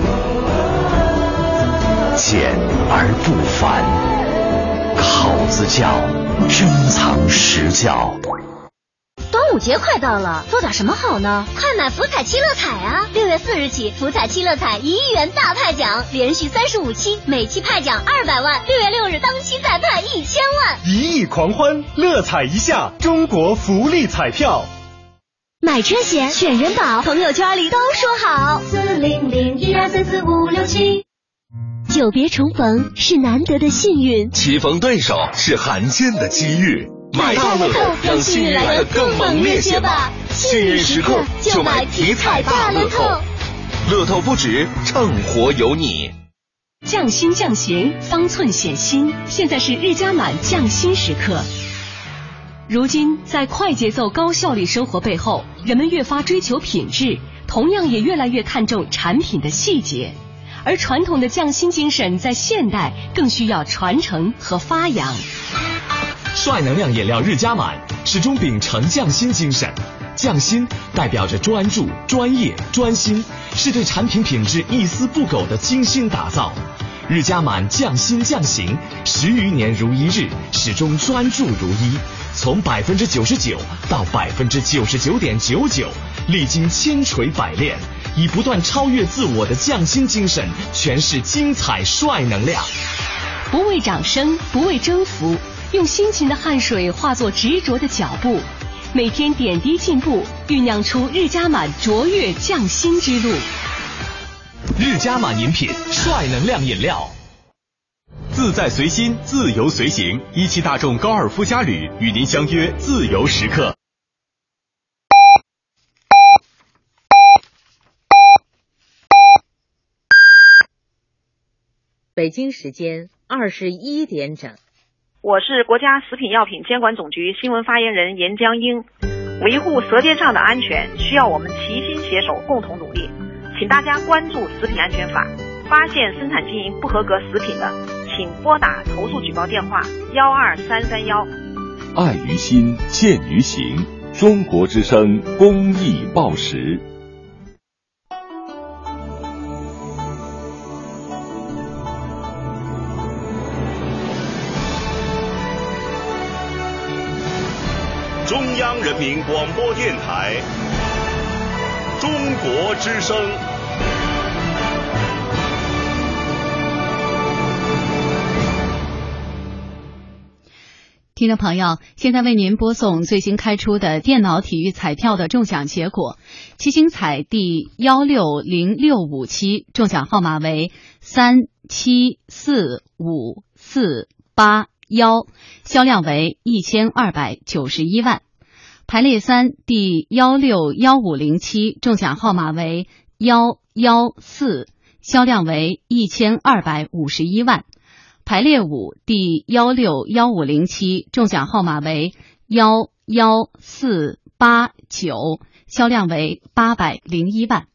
简而不繁，考子教，珍藏实教。 端午节快到了，做点什么好呢？快买福彩七乐彩啊！六月四日起，福彩七乐彩一亿元大派奖，连续三十五期，每期派奖二百万。六月六日当期再派一千万， 一亿狂欢，乐彩一下，中国福利彩票。 买车险选人保，朋友圈里都说好。四零零一二三四五六七。久别重逢是难得的幸运， 棋逢对手是罕见的机遇。买大乐透，让幸运来得更猛烈些吧！幸运时刻就买体彩大乐透，乐透不止，趁活有你。 匠心匠形，方寸显心，现在是日加满匠心时刻。如今，在快节奏高效率生活背后，人们越发追求品质，同样也越来越看重产品的细节。而传统的匠心精神在现代更需要传承和发扬。 帅能量饮料日加满始终秉承匠心精神，匠心代表着专注、专业、专心，是对产品品质一丝不苟的精心打造。日加满匠心匠行，十余年如一日，始终专注如一，从百分之九十九到百分之九十九点九九，历经千锤百炼，以不断超越自我的匠心精神，诠释精彩帅能量。 不为掌声，不为征服，用辛勤的汗水化作执着的脚步，每天点滴进步，酝酿出日加满卓越匠心之路。 日加满饮品，帅能量饮料。自在随心，自由随行。一汽大众高尔夫嘉旅与您相约自由时刻。 北京时间二十一点整。 我是国家食品药品监管总局新闻发言人严江英。维护舌尖上的安全，需要我们齐心携手，共同努力。请大家关注食品安全法，发现生产经营不合格食品的，请拨打投诉举报电话幺二三三幺。 爱于心，见于行。中国之声公益报时。 中央人民广播电台中国之声。 听众朋友，现在为您播送最新开出的电脑体育彩票的中奖结果。七星彩第幺六零六五期，中奖号码为三七四五四八幺，销量为一千二百九十一万。排列三第幺六幺五零七，中奖号码为幺幺四，销量为一千二百五十一万。排列五第幺六幺五零七，中奖号码为幺幺四八九，销量为八百零一万。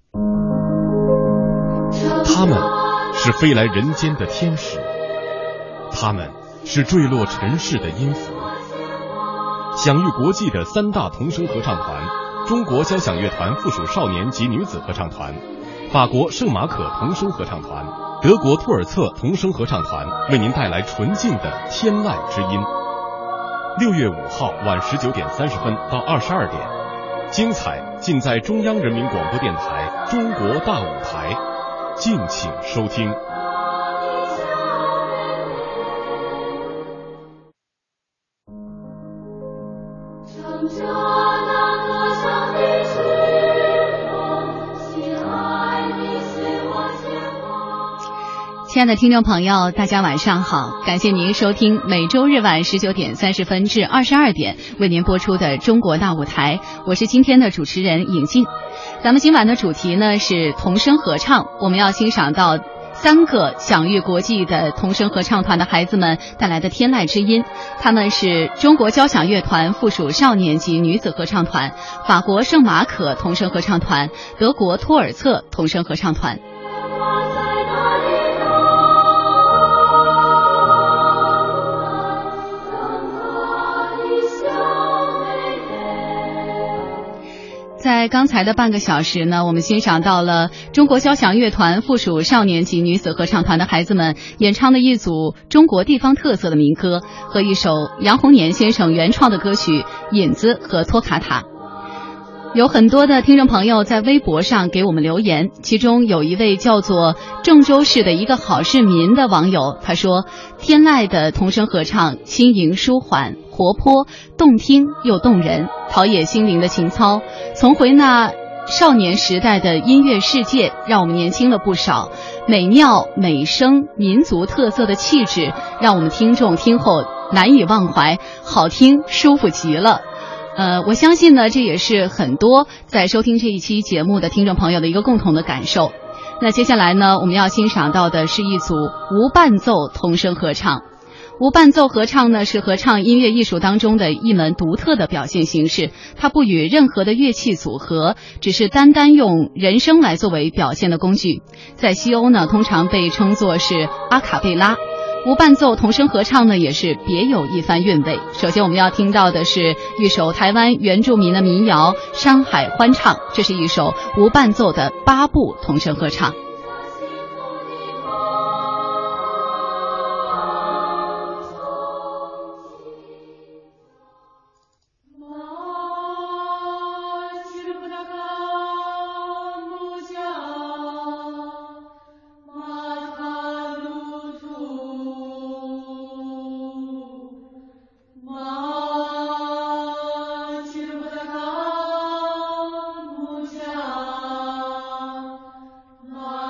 他们是飞来人间的天使，他们是坠落尘世的音符。享誉国际的三大童声合唱团，中国交响乐团附属少年及女子合唱团，法国圣马可童声合唱团，德国托尔策童声合唱团为您带来纯净的天籁之音。六月五号晚十九点三十分到二十二点，精彩尽在中央人民广播电台中国大舞台，敬请收听。 亲爱的听众朋友，大家晚上好，感谢您收听每周日晚十九点三十分至二十二点为您播出的中国大舞台，我是今天的主持人尹静。咱们今晚的主题呢是童声合唱，我们要欣赏到三个享誉国际的童声合唱团的孩子们带来的天籁之音。他们是中国交响乐团附属少年级女子合唱团，法国圣马可童声合唱团，德国托尔策童声合唱团。在刚才的半个小时呢，我们欣赏到了中国交响乐团附属少年级女子合唱团的孩子们演唱的一组中国地方特色的民歌和一首杨洪年先生原创的歌曲《引子》和托卡塔。有很多的听众朋友在微博上给我们留言，其中有一位叫做郑州市的一个好市民的网友，他说天籁的童声合唱轻盈舒缓活泼动听又动人，陶冶心灵的情操，重回那少年时代的音乐世界，让我们年轻了不少。美妙美声民族特色的气质让我们听众听后难以忘怀，好听舒服极了。呃，我相信呢，这也是很多在收听这一期节目的听众朋友的一个共同的感受。那接下来呢，我们要欣赏到的是一组无伴奏童声合唱。无伴奏合唱呢，是合唱音乐艺术当中的一门独特的表现形式，它不与任何的乐器组合，只是单单用人声来作为表现的工具。在西欧呢，通常被称作是阿卡贝拉。无伴奏童声合唱呢，也是别有一番韵味。首先我们要听到的是一首台湾原住民的民谣《山海欢唱》，这是一首无伴奏的八部童声合唱。 Ma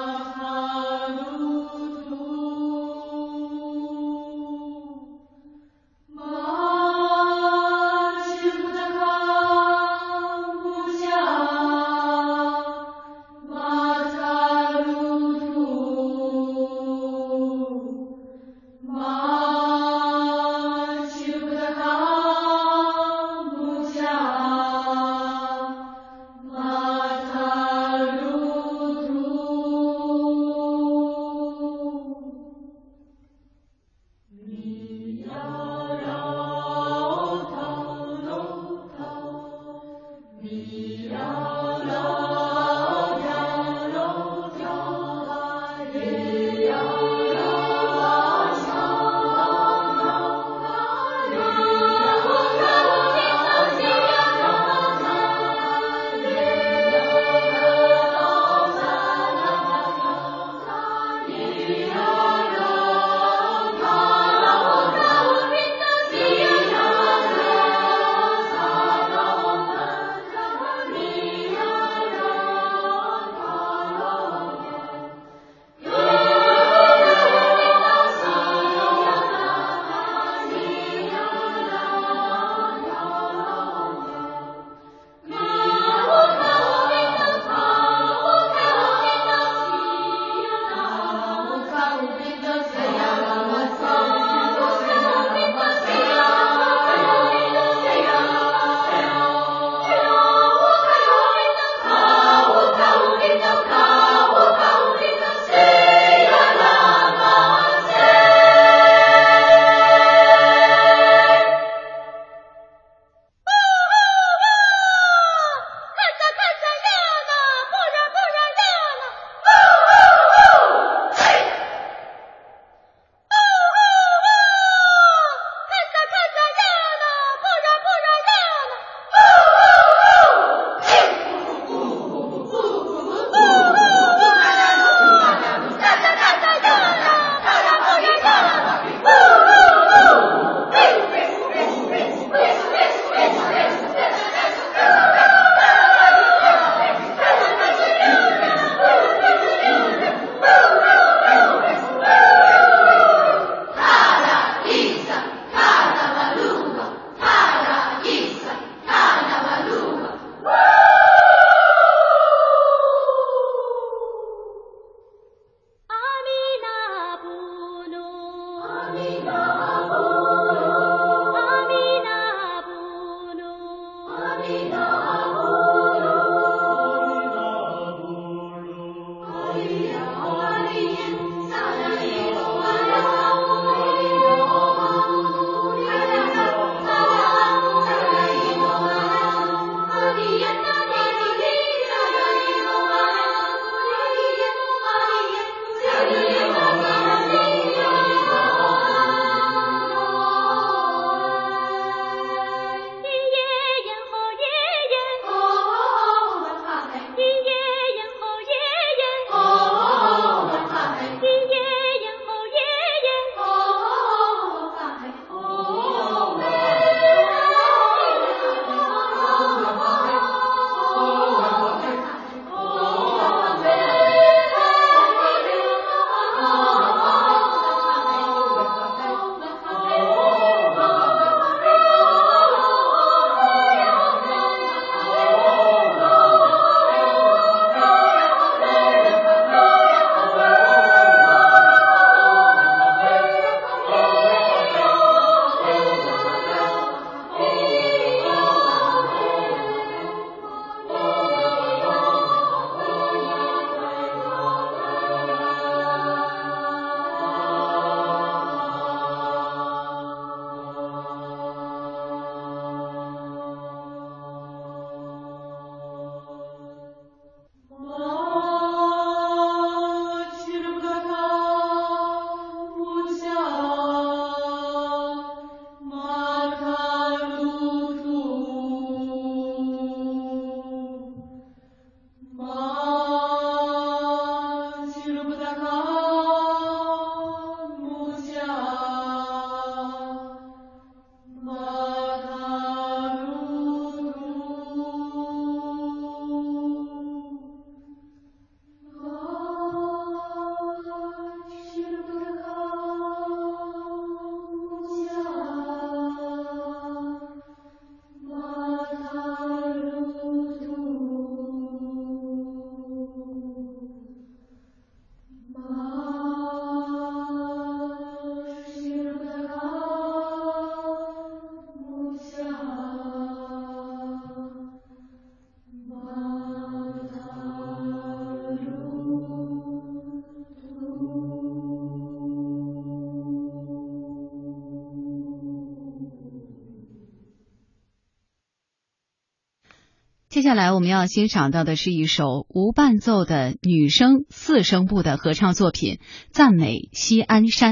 接下来我们要欣赏到的是一首无伴奏的女声四声部的合唱作品《赞美西安山》。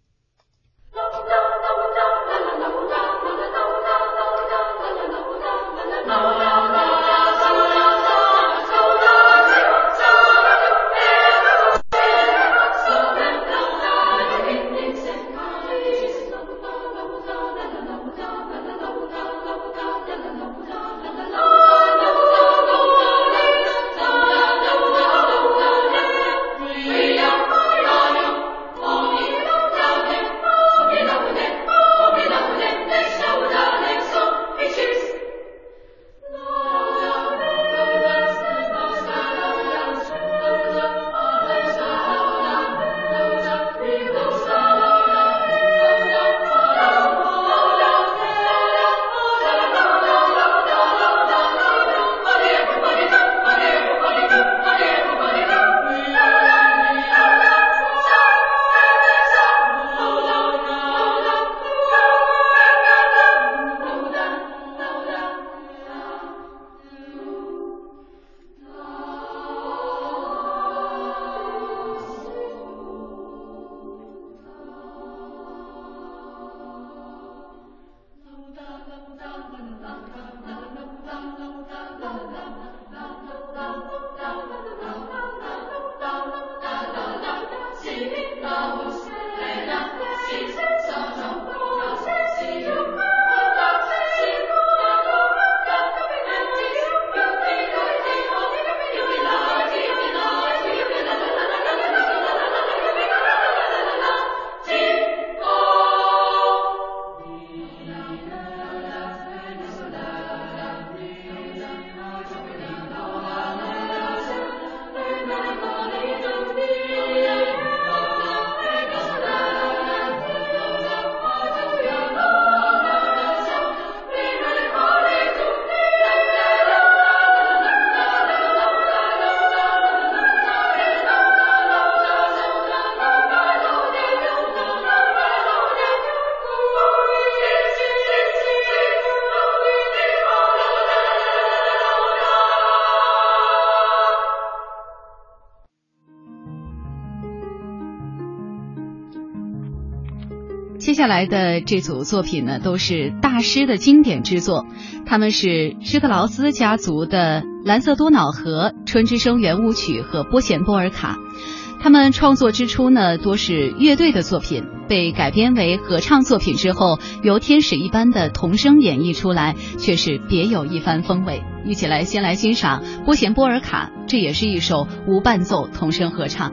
接下来的这组作品呢，都是大师的经典之作，他们是施特劳斯家族的《蓝色多瑙河》、《春之声圆舞曲》和《波贤波尔卡》。他们创作之初呢，多是乐队的作品，被改编为合唱作品之后，由天使一般的童声演绎出来，却是别有一番风味。一起来先来欣赏《波贤波尔卡》，这也是一首无伴奏童声合唱。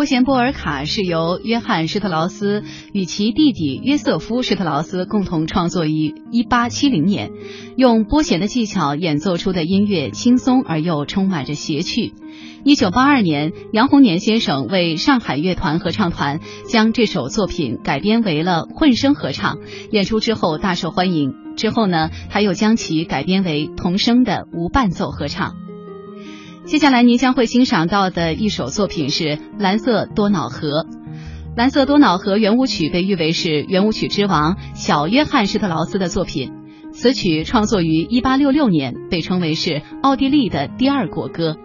波贤波尔卡是由约翰施特劳斯与其弟弟约瑟夫施特劳斯共同创作于一八七零年，用拨弦的技巧演奏出的音乐轻松而又充满着谐趣。一九八二年，杨洪年先生为上海乐团合唱团将这首作品改编为了混声合唱，演出之后大受欢迎。之后呢，他又将其改编为童声的无伴奏合唱。接下来您将会欣赏到的一首作品是《蓝色多瑙河》。蓝色多瑙河圆舞曲被誉为是圆舞曲之王小约翰施特劳斯的作品，此曲创作于一八六六年，被称为是奥地利的第二国歌。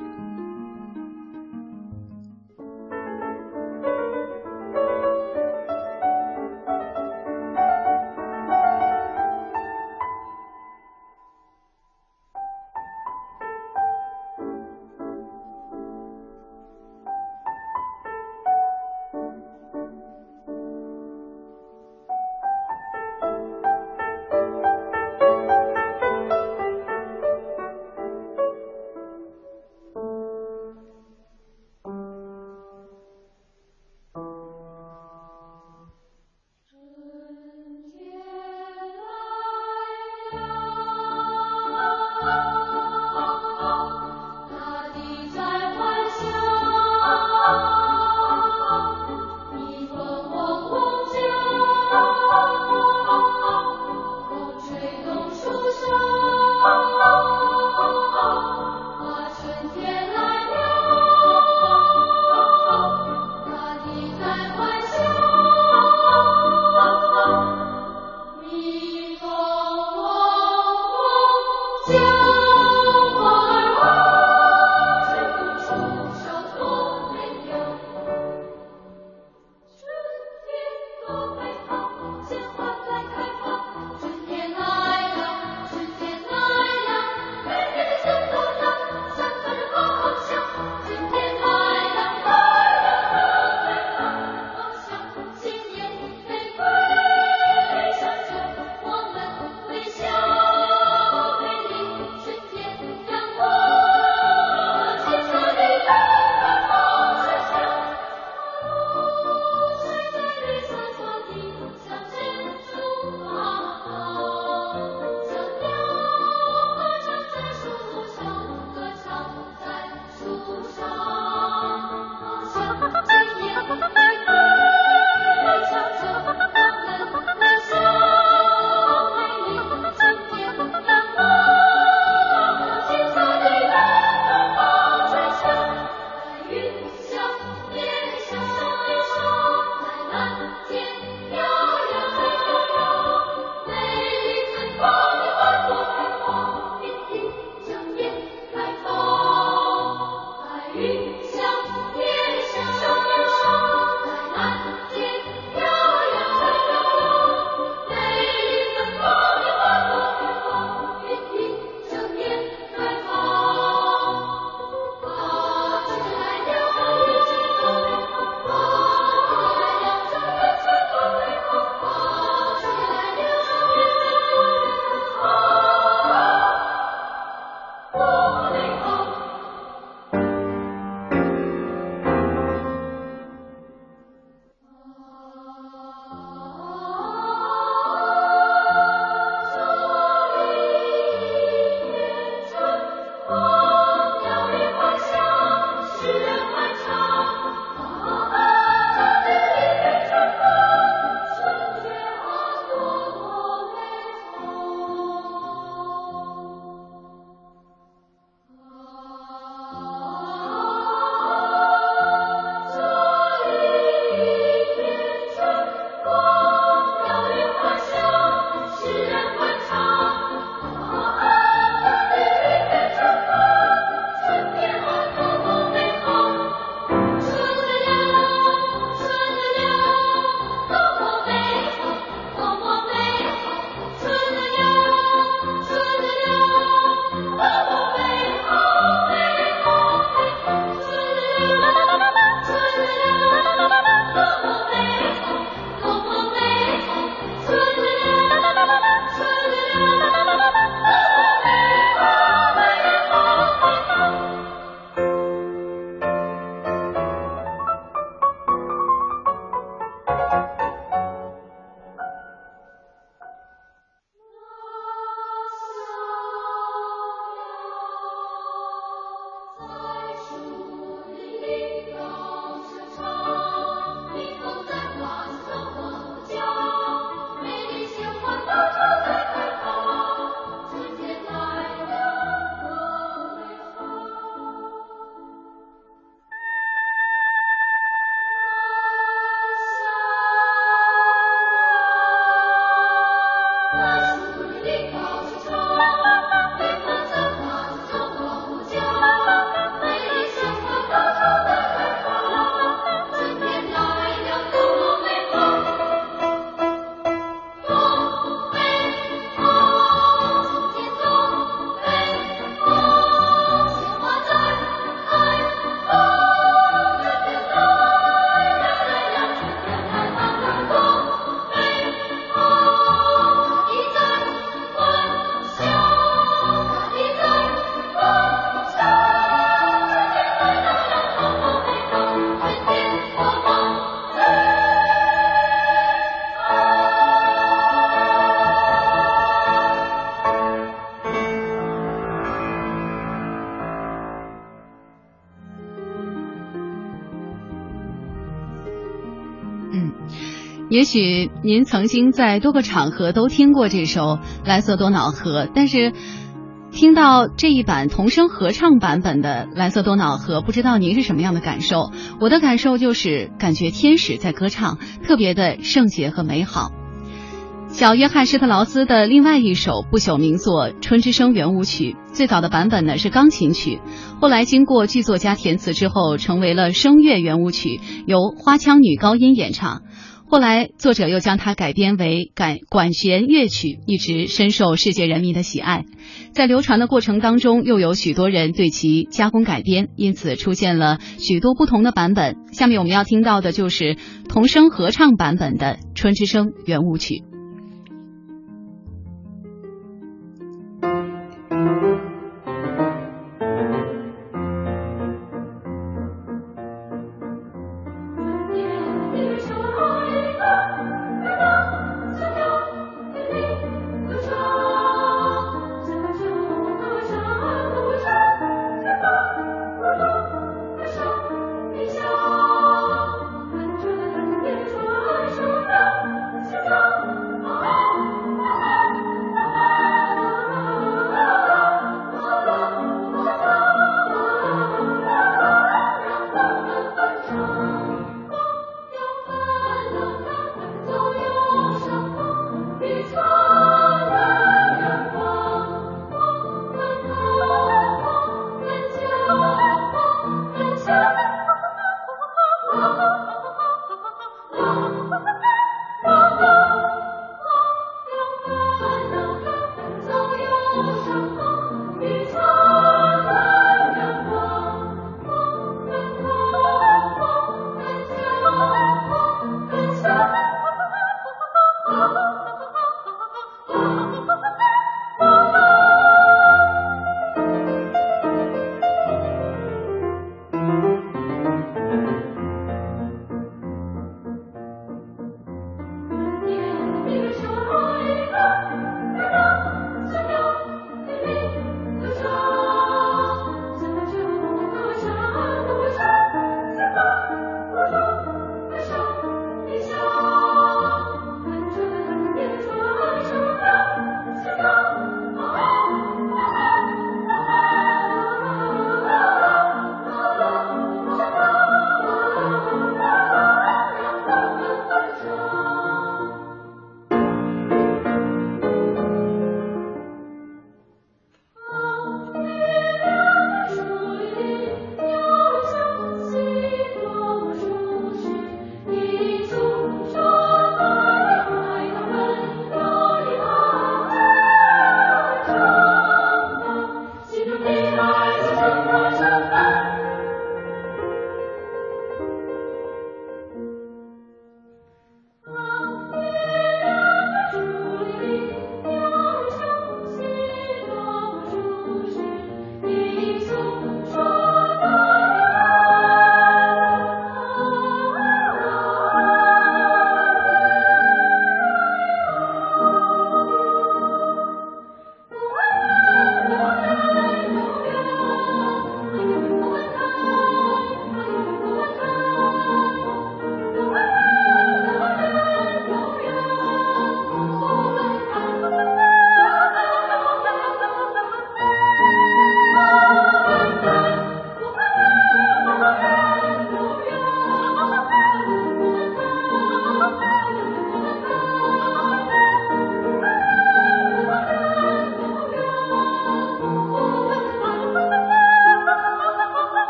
也许您曾经在多个场合都听过这首《蓝色多瑙河》，但是听到这一版童声合唱版本的《蓝色多瑙河》，不知道您是什么样的感受？我的感受就是感觉天使在歌唱，特别的圣洁和美好。小约翰施特劳斯的另外一首不朽名作《春之声》圆舞曲，最早的版本呢是钢琴曲，后来经过剧作家填词之后，成为了声乐圆舞曲，由花腔女高音演唱。后来作者又将它改编为管管弦乐曲，一直深受世界人民的喜爱。在流传的过程当中，又有许多人对其加工改编，因此出现了许多不同的版本。下面我们要听到的就是童声合唱版本的《春之声》圆舞曲。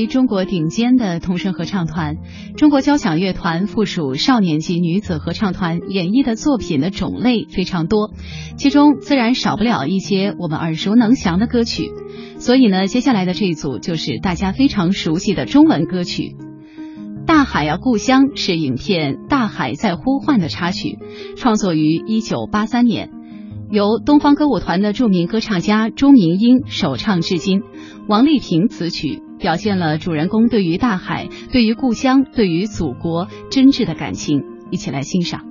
为中国顶尖的童声合唱团，中国交响乐团附属少年级女子合唱团演绎的作品的种类非常多，其中自然少不了一些我们耳熟能详的歌曲。所以呢，接下来的这一组就是大家非常熟悉的中文歌曲。大海啊故乡是影片《大海在呼唤》的插曲，创作于一九八三年，由东方歌舞团的著名歌唱家朱明英首唱至今，王丽萍词曲，表现了主人公对于大海、对于故乡、对于祖国真挚的感情。一起来欣赏。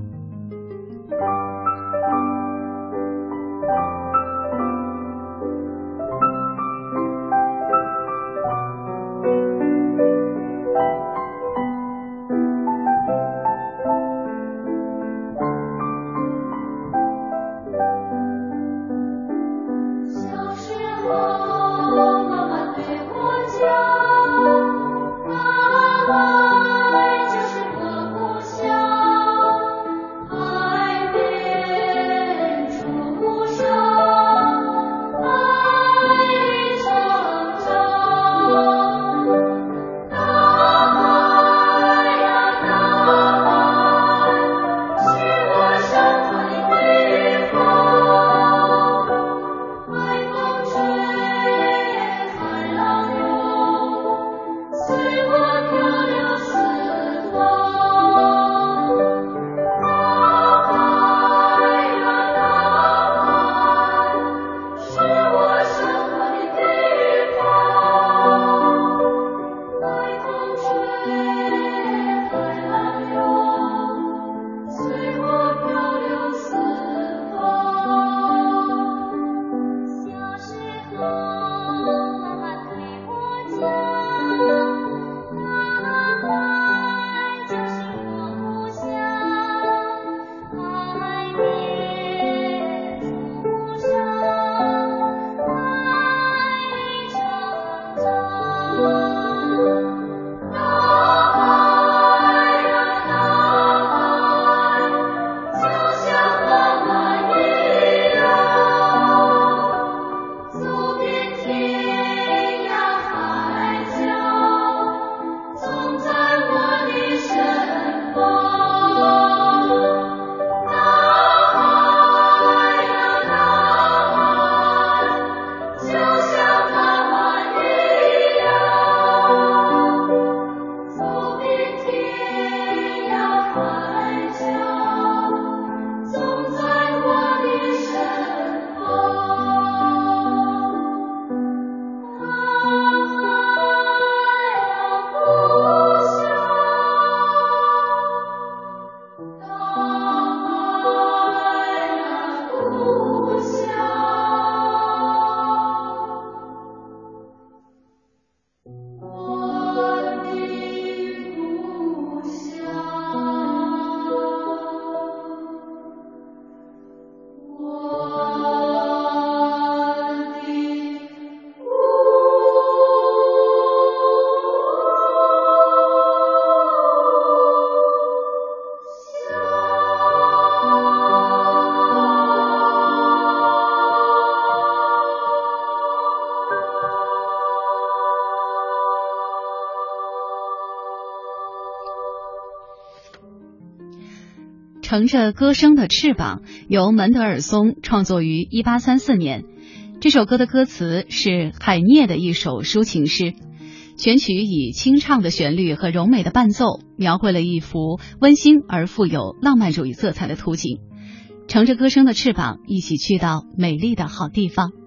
乘着歌声的翅膀由门德尔松创作于一八三四年。这首歌的歌词是海涅的一首抒情诗，全曲以清唱的旋律和柔美的伴奏描绘了一幅温馨而富有浪漫主义色彩的图景。乘着歌声的翅膀，一起去到美丽的好地方。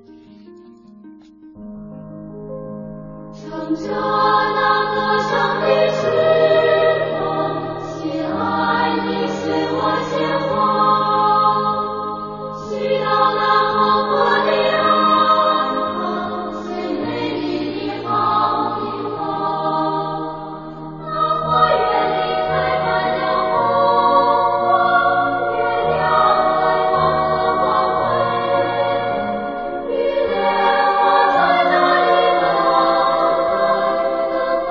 乘着那歌声的翅膀，亲爱的随我前往，去到那广阔的安放，最美丽的好地方。那花园里开满了红花，月亮来把歌光辉，雨莲花在那里。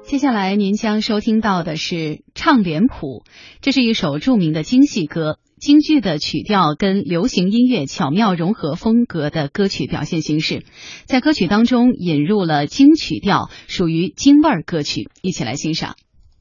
接下来您将收听到的是《唱脸谱》，这是一首著名的京戏歌，京剧的曲调跟流行音乐巧妙融合风格的歌曲表现形式，在歌曲当中引入了京曲调，属于京味儿歌曲，一起来欣赏。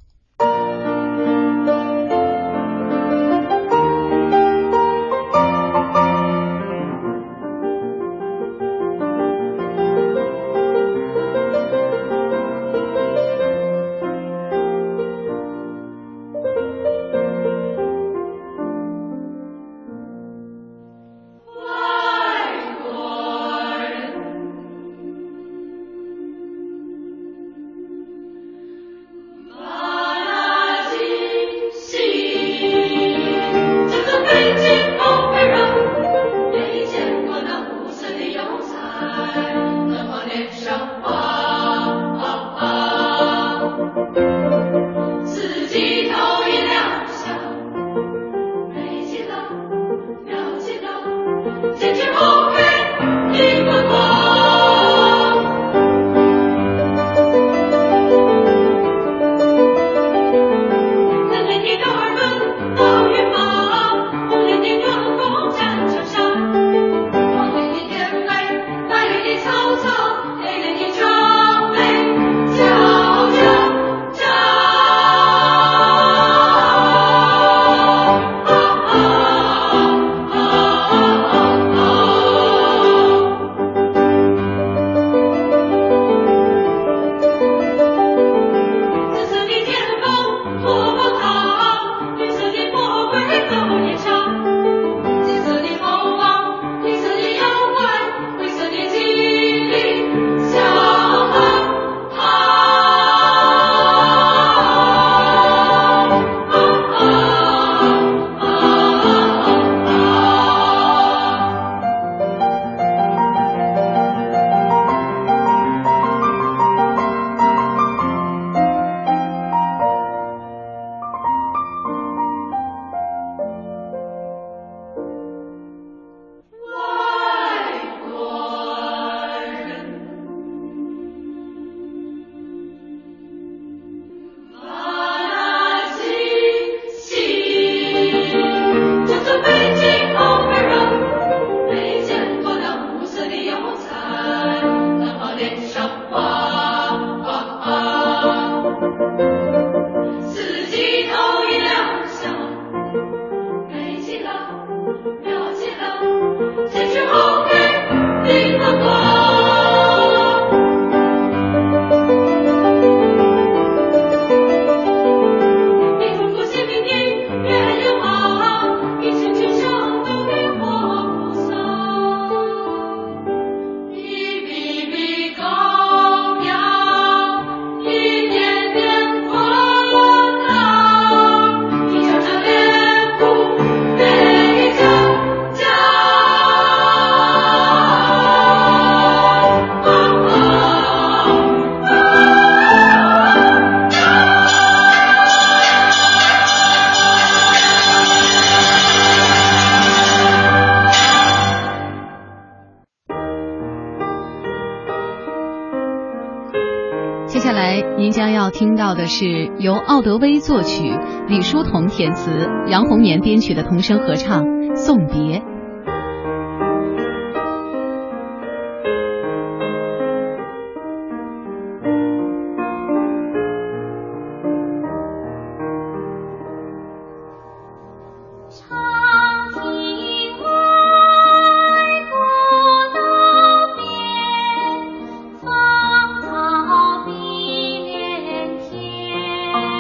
接下来您将要听到的是由奥德威作曲、李叔同填词、杨洪年编曲的童声合唱《送别》。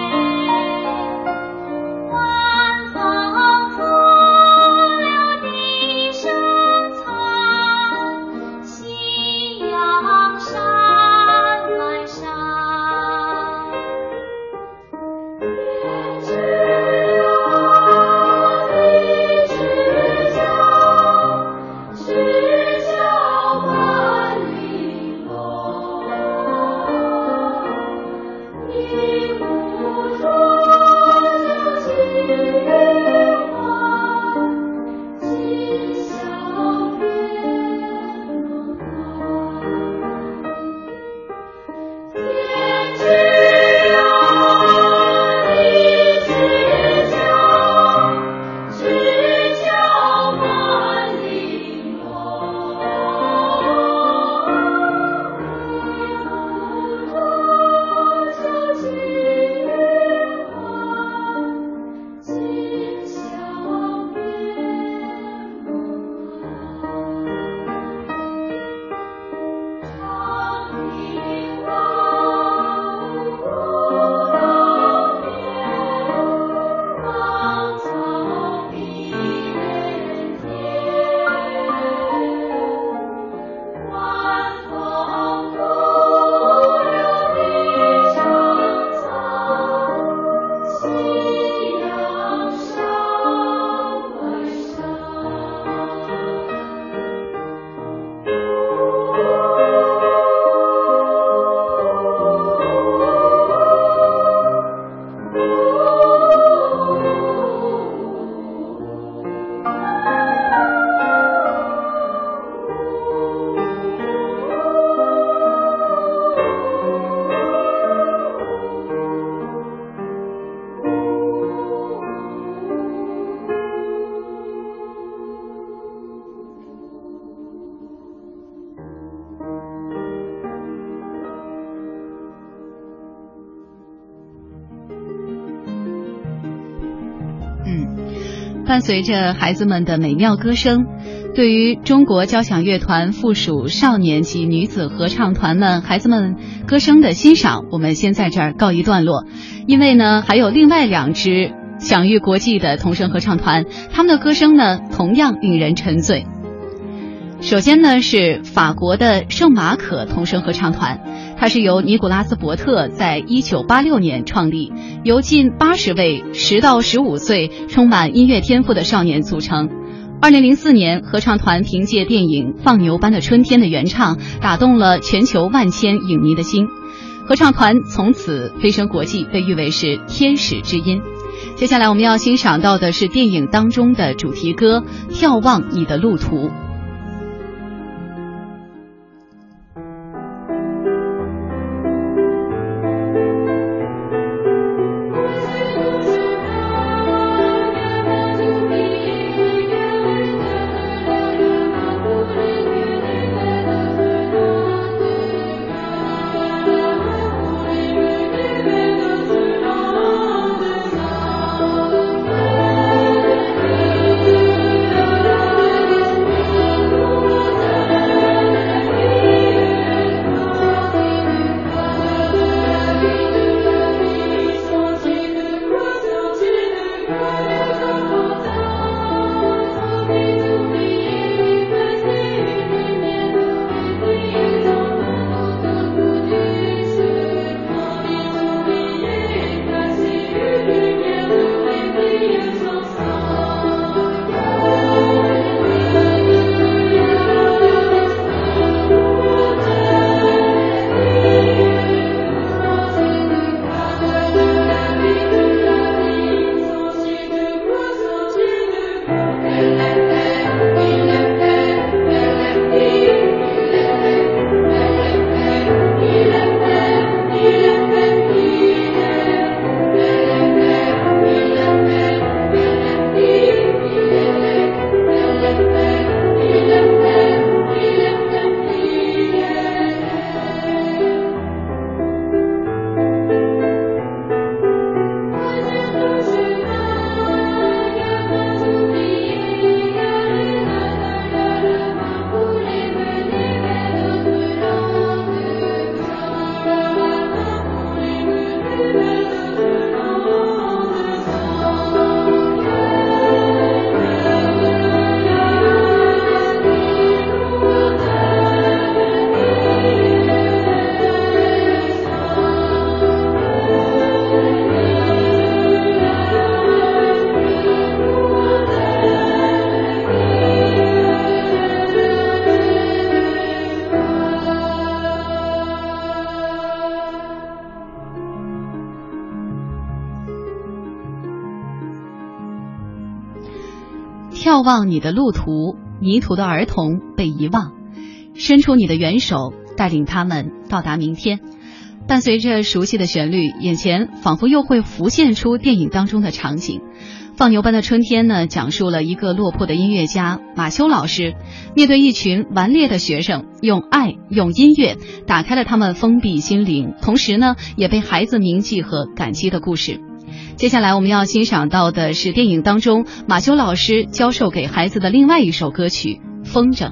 晚风拂柳笛。 伴随着孩子们的美妙歌声，对于中国交响乐团附属少年级女子合唱团们孩子们歌声的欣赏，我们先在这儿告一段落。因为呢，还有另外两支享誉国际的童声合唱团，他们的歌声呢同样令人沉醉。首先呢是法国的圣马可童声合唱团，它是由尼古拉斯伯特在一九八六年创立，由近八十位十到十五岁充满音乐天赋的少年组成。二零零四年，合唱团凭借电影《放牛班的春天》的原唱，打动了全球万千影迷的心。合唱团从此飞升国际，被誉为是天使之音。接下来我们要欣赏到的是电影当中的主题歌《眺望你的路途》。眺望你的路途，迷途的儿童被遗忘，伸出你的援手，带领他们到达明天。伴随着熟悉的旋律，眼前仿佛又会浮现出电影当中的场景。放牛班的春天呢，讲述了一个落魄的音乐家马修老师，面对一群顽劣的学生，用爱用音乐打开了他们封闭心灵，同时呢也被孩子铭记和感激的故事。接下来我们要欣赏到的是电影当中马修老师教授给孩子的另外一首歌曲《风筝》。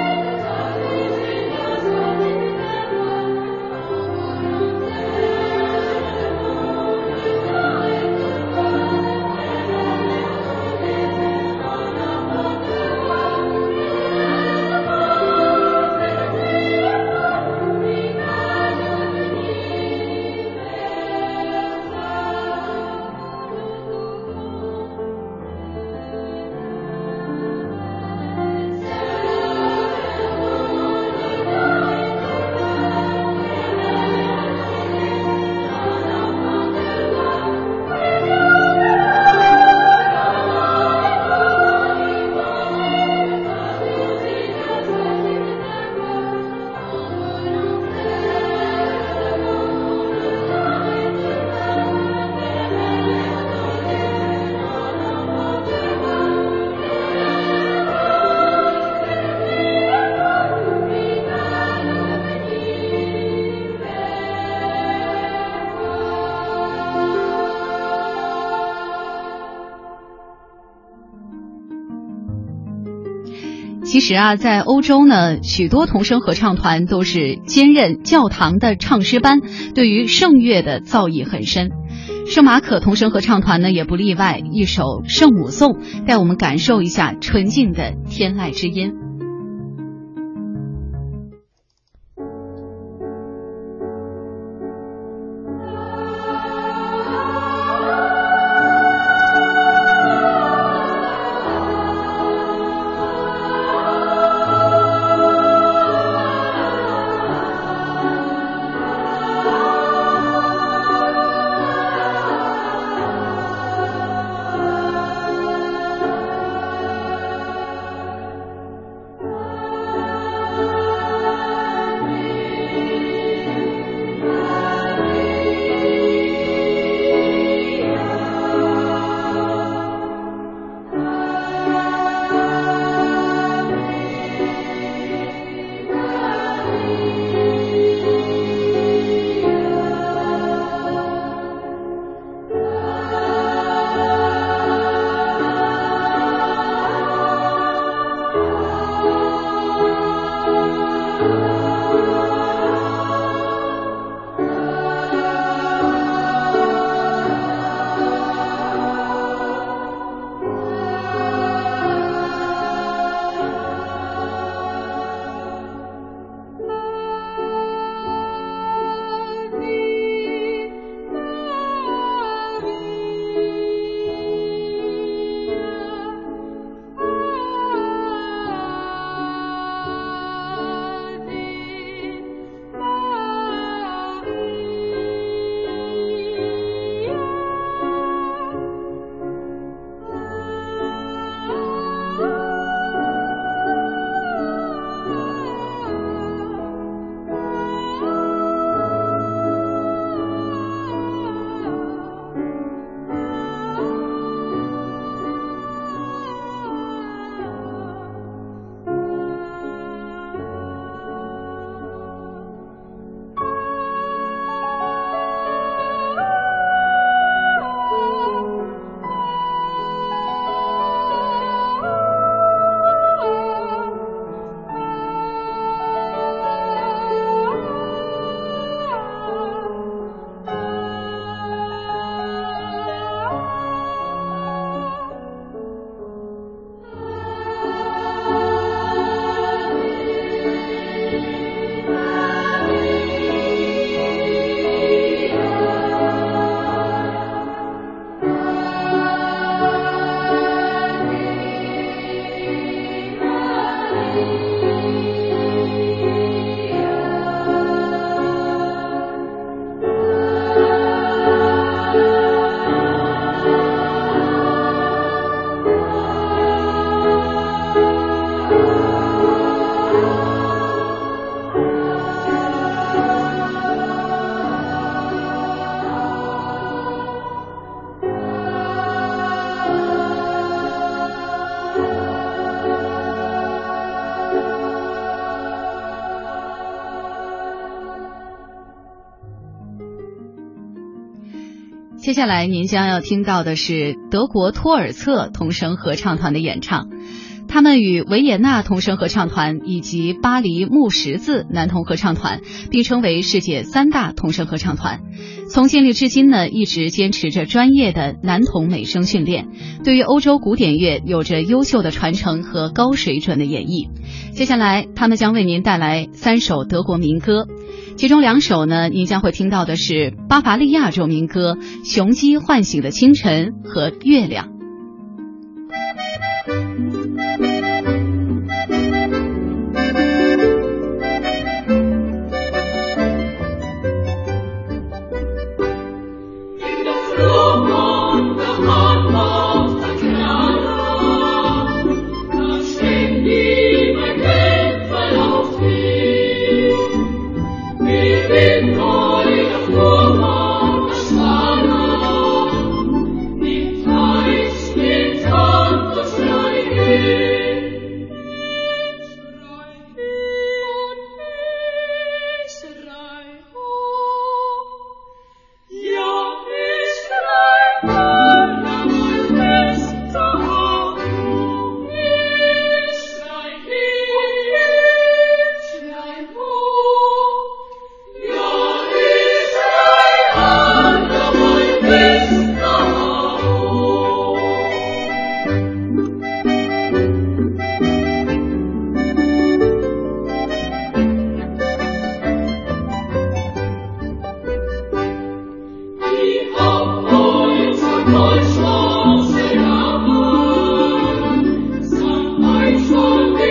Thank you. 其实啊，在欧洲呢，许多童声合唱团都是兼任教堂的唱诗班，对于圣乐的造诣很深。圣马可童声合唱团呢也不例外，一首《圣母颂》带我们感受一下纯净的天籁之音。接下来您将要听到的是德国托尔策童声合唱团的演唱，他们与维也纳童声合唱团以及巴黎木十字男童合唱团并称为世界三大童声合唱团。从建立至今呢，一直坚持着专业的男童美声训练，对于欧洲古典乐有着优秀的传承和高水准的演绎。接下来他们将为您带来三首德国民歌，其中两首呢，您将会听到的是巴伐利亚州民歌《雄鸡唤醒的清晨》和《月亮》。 Thank you. 都是让我相爱双的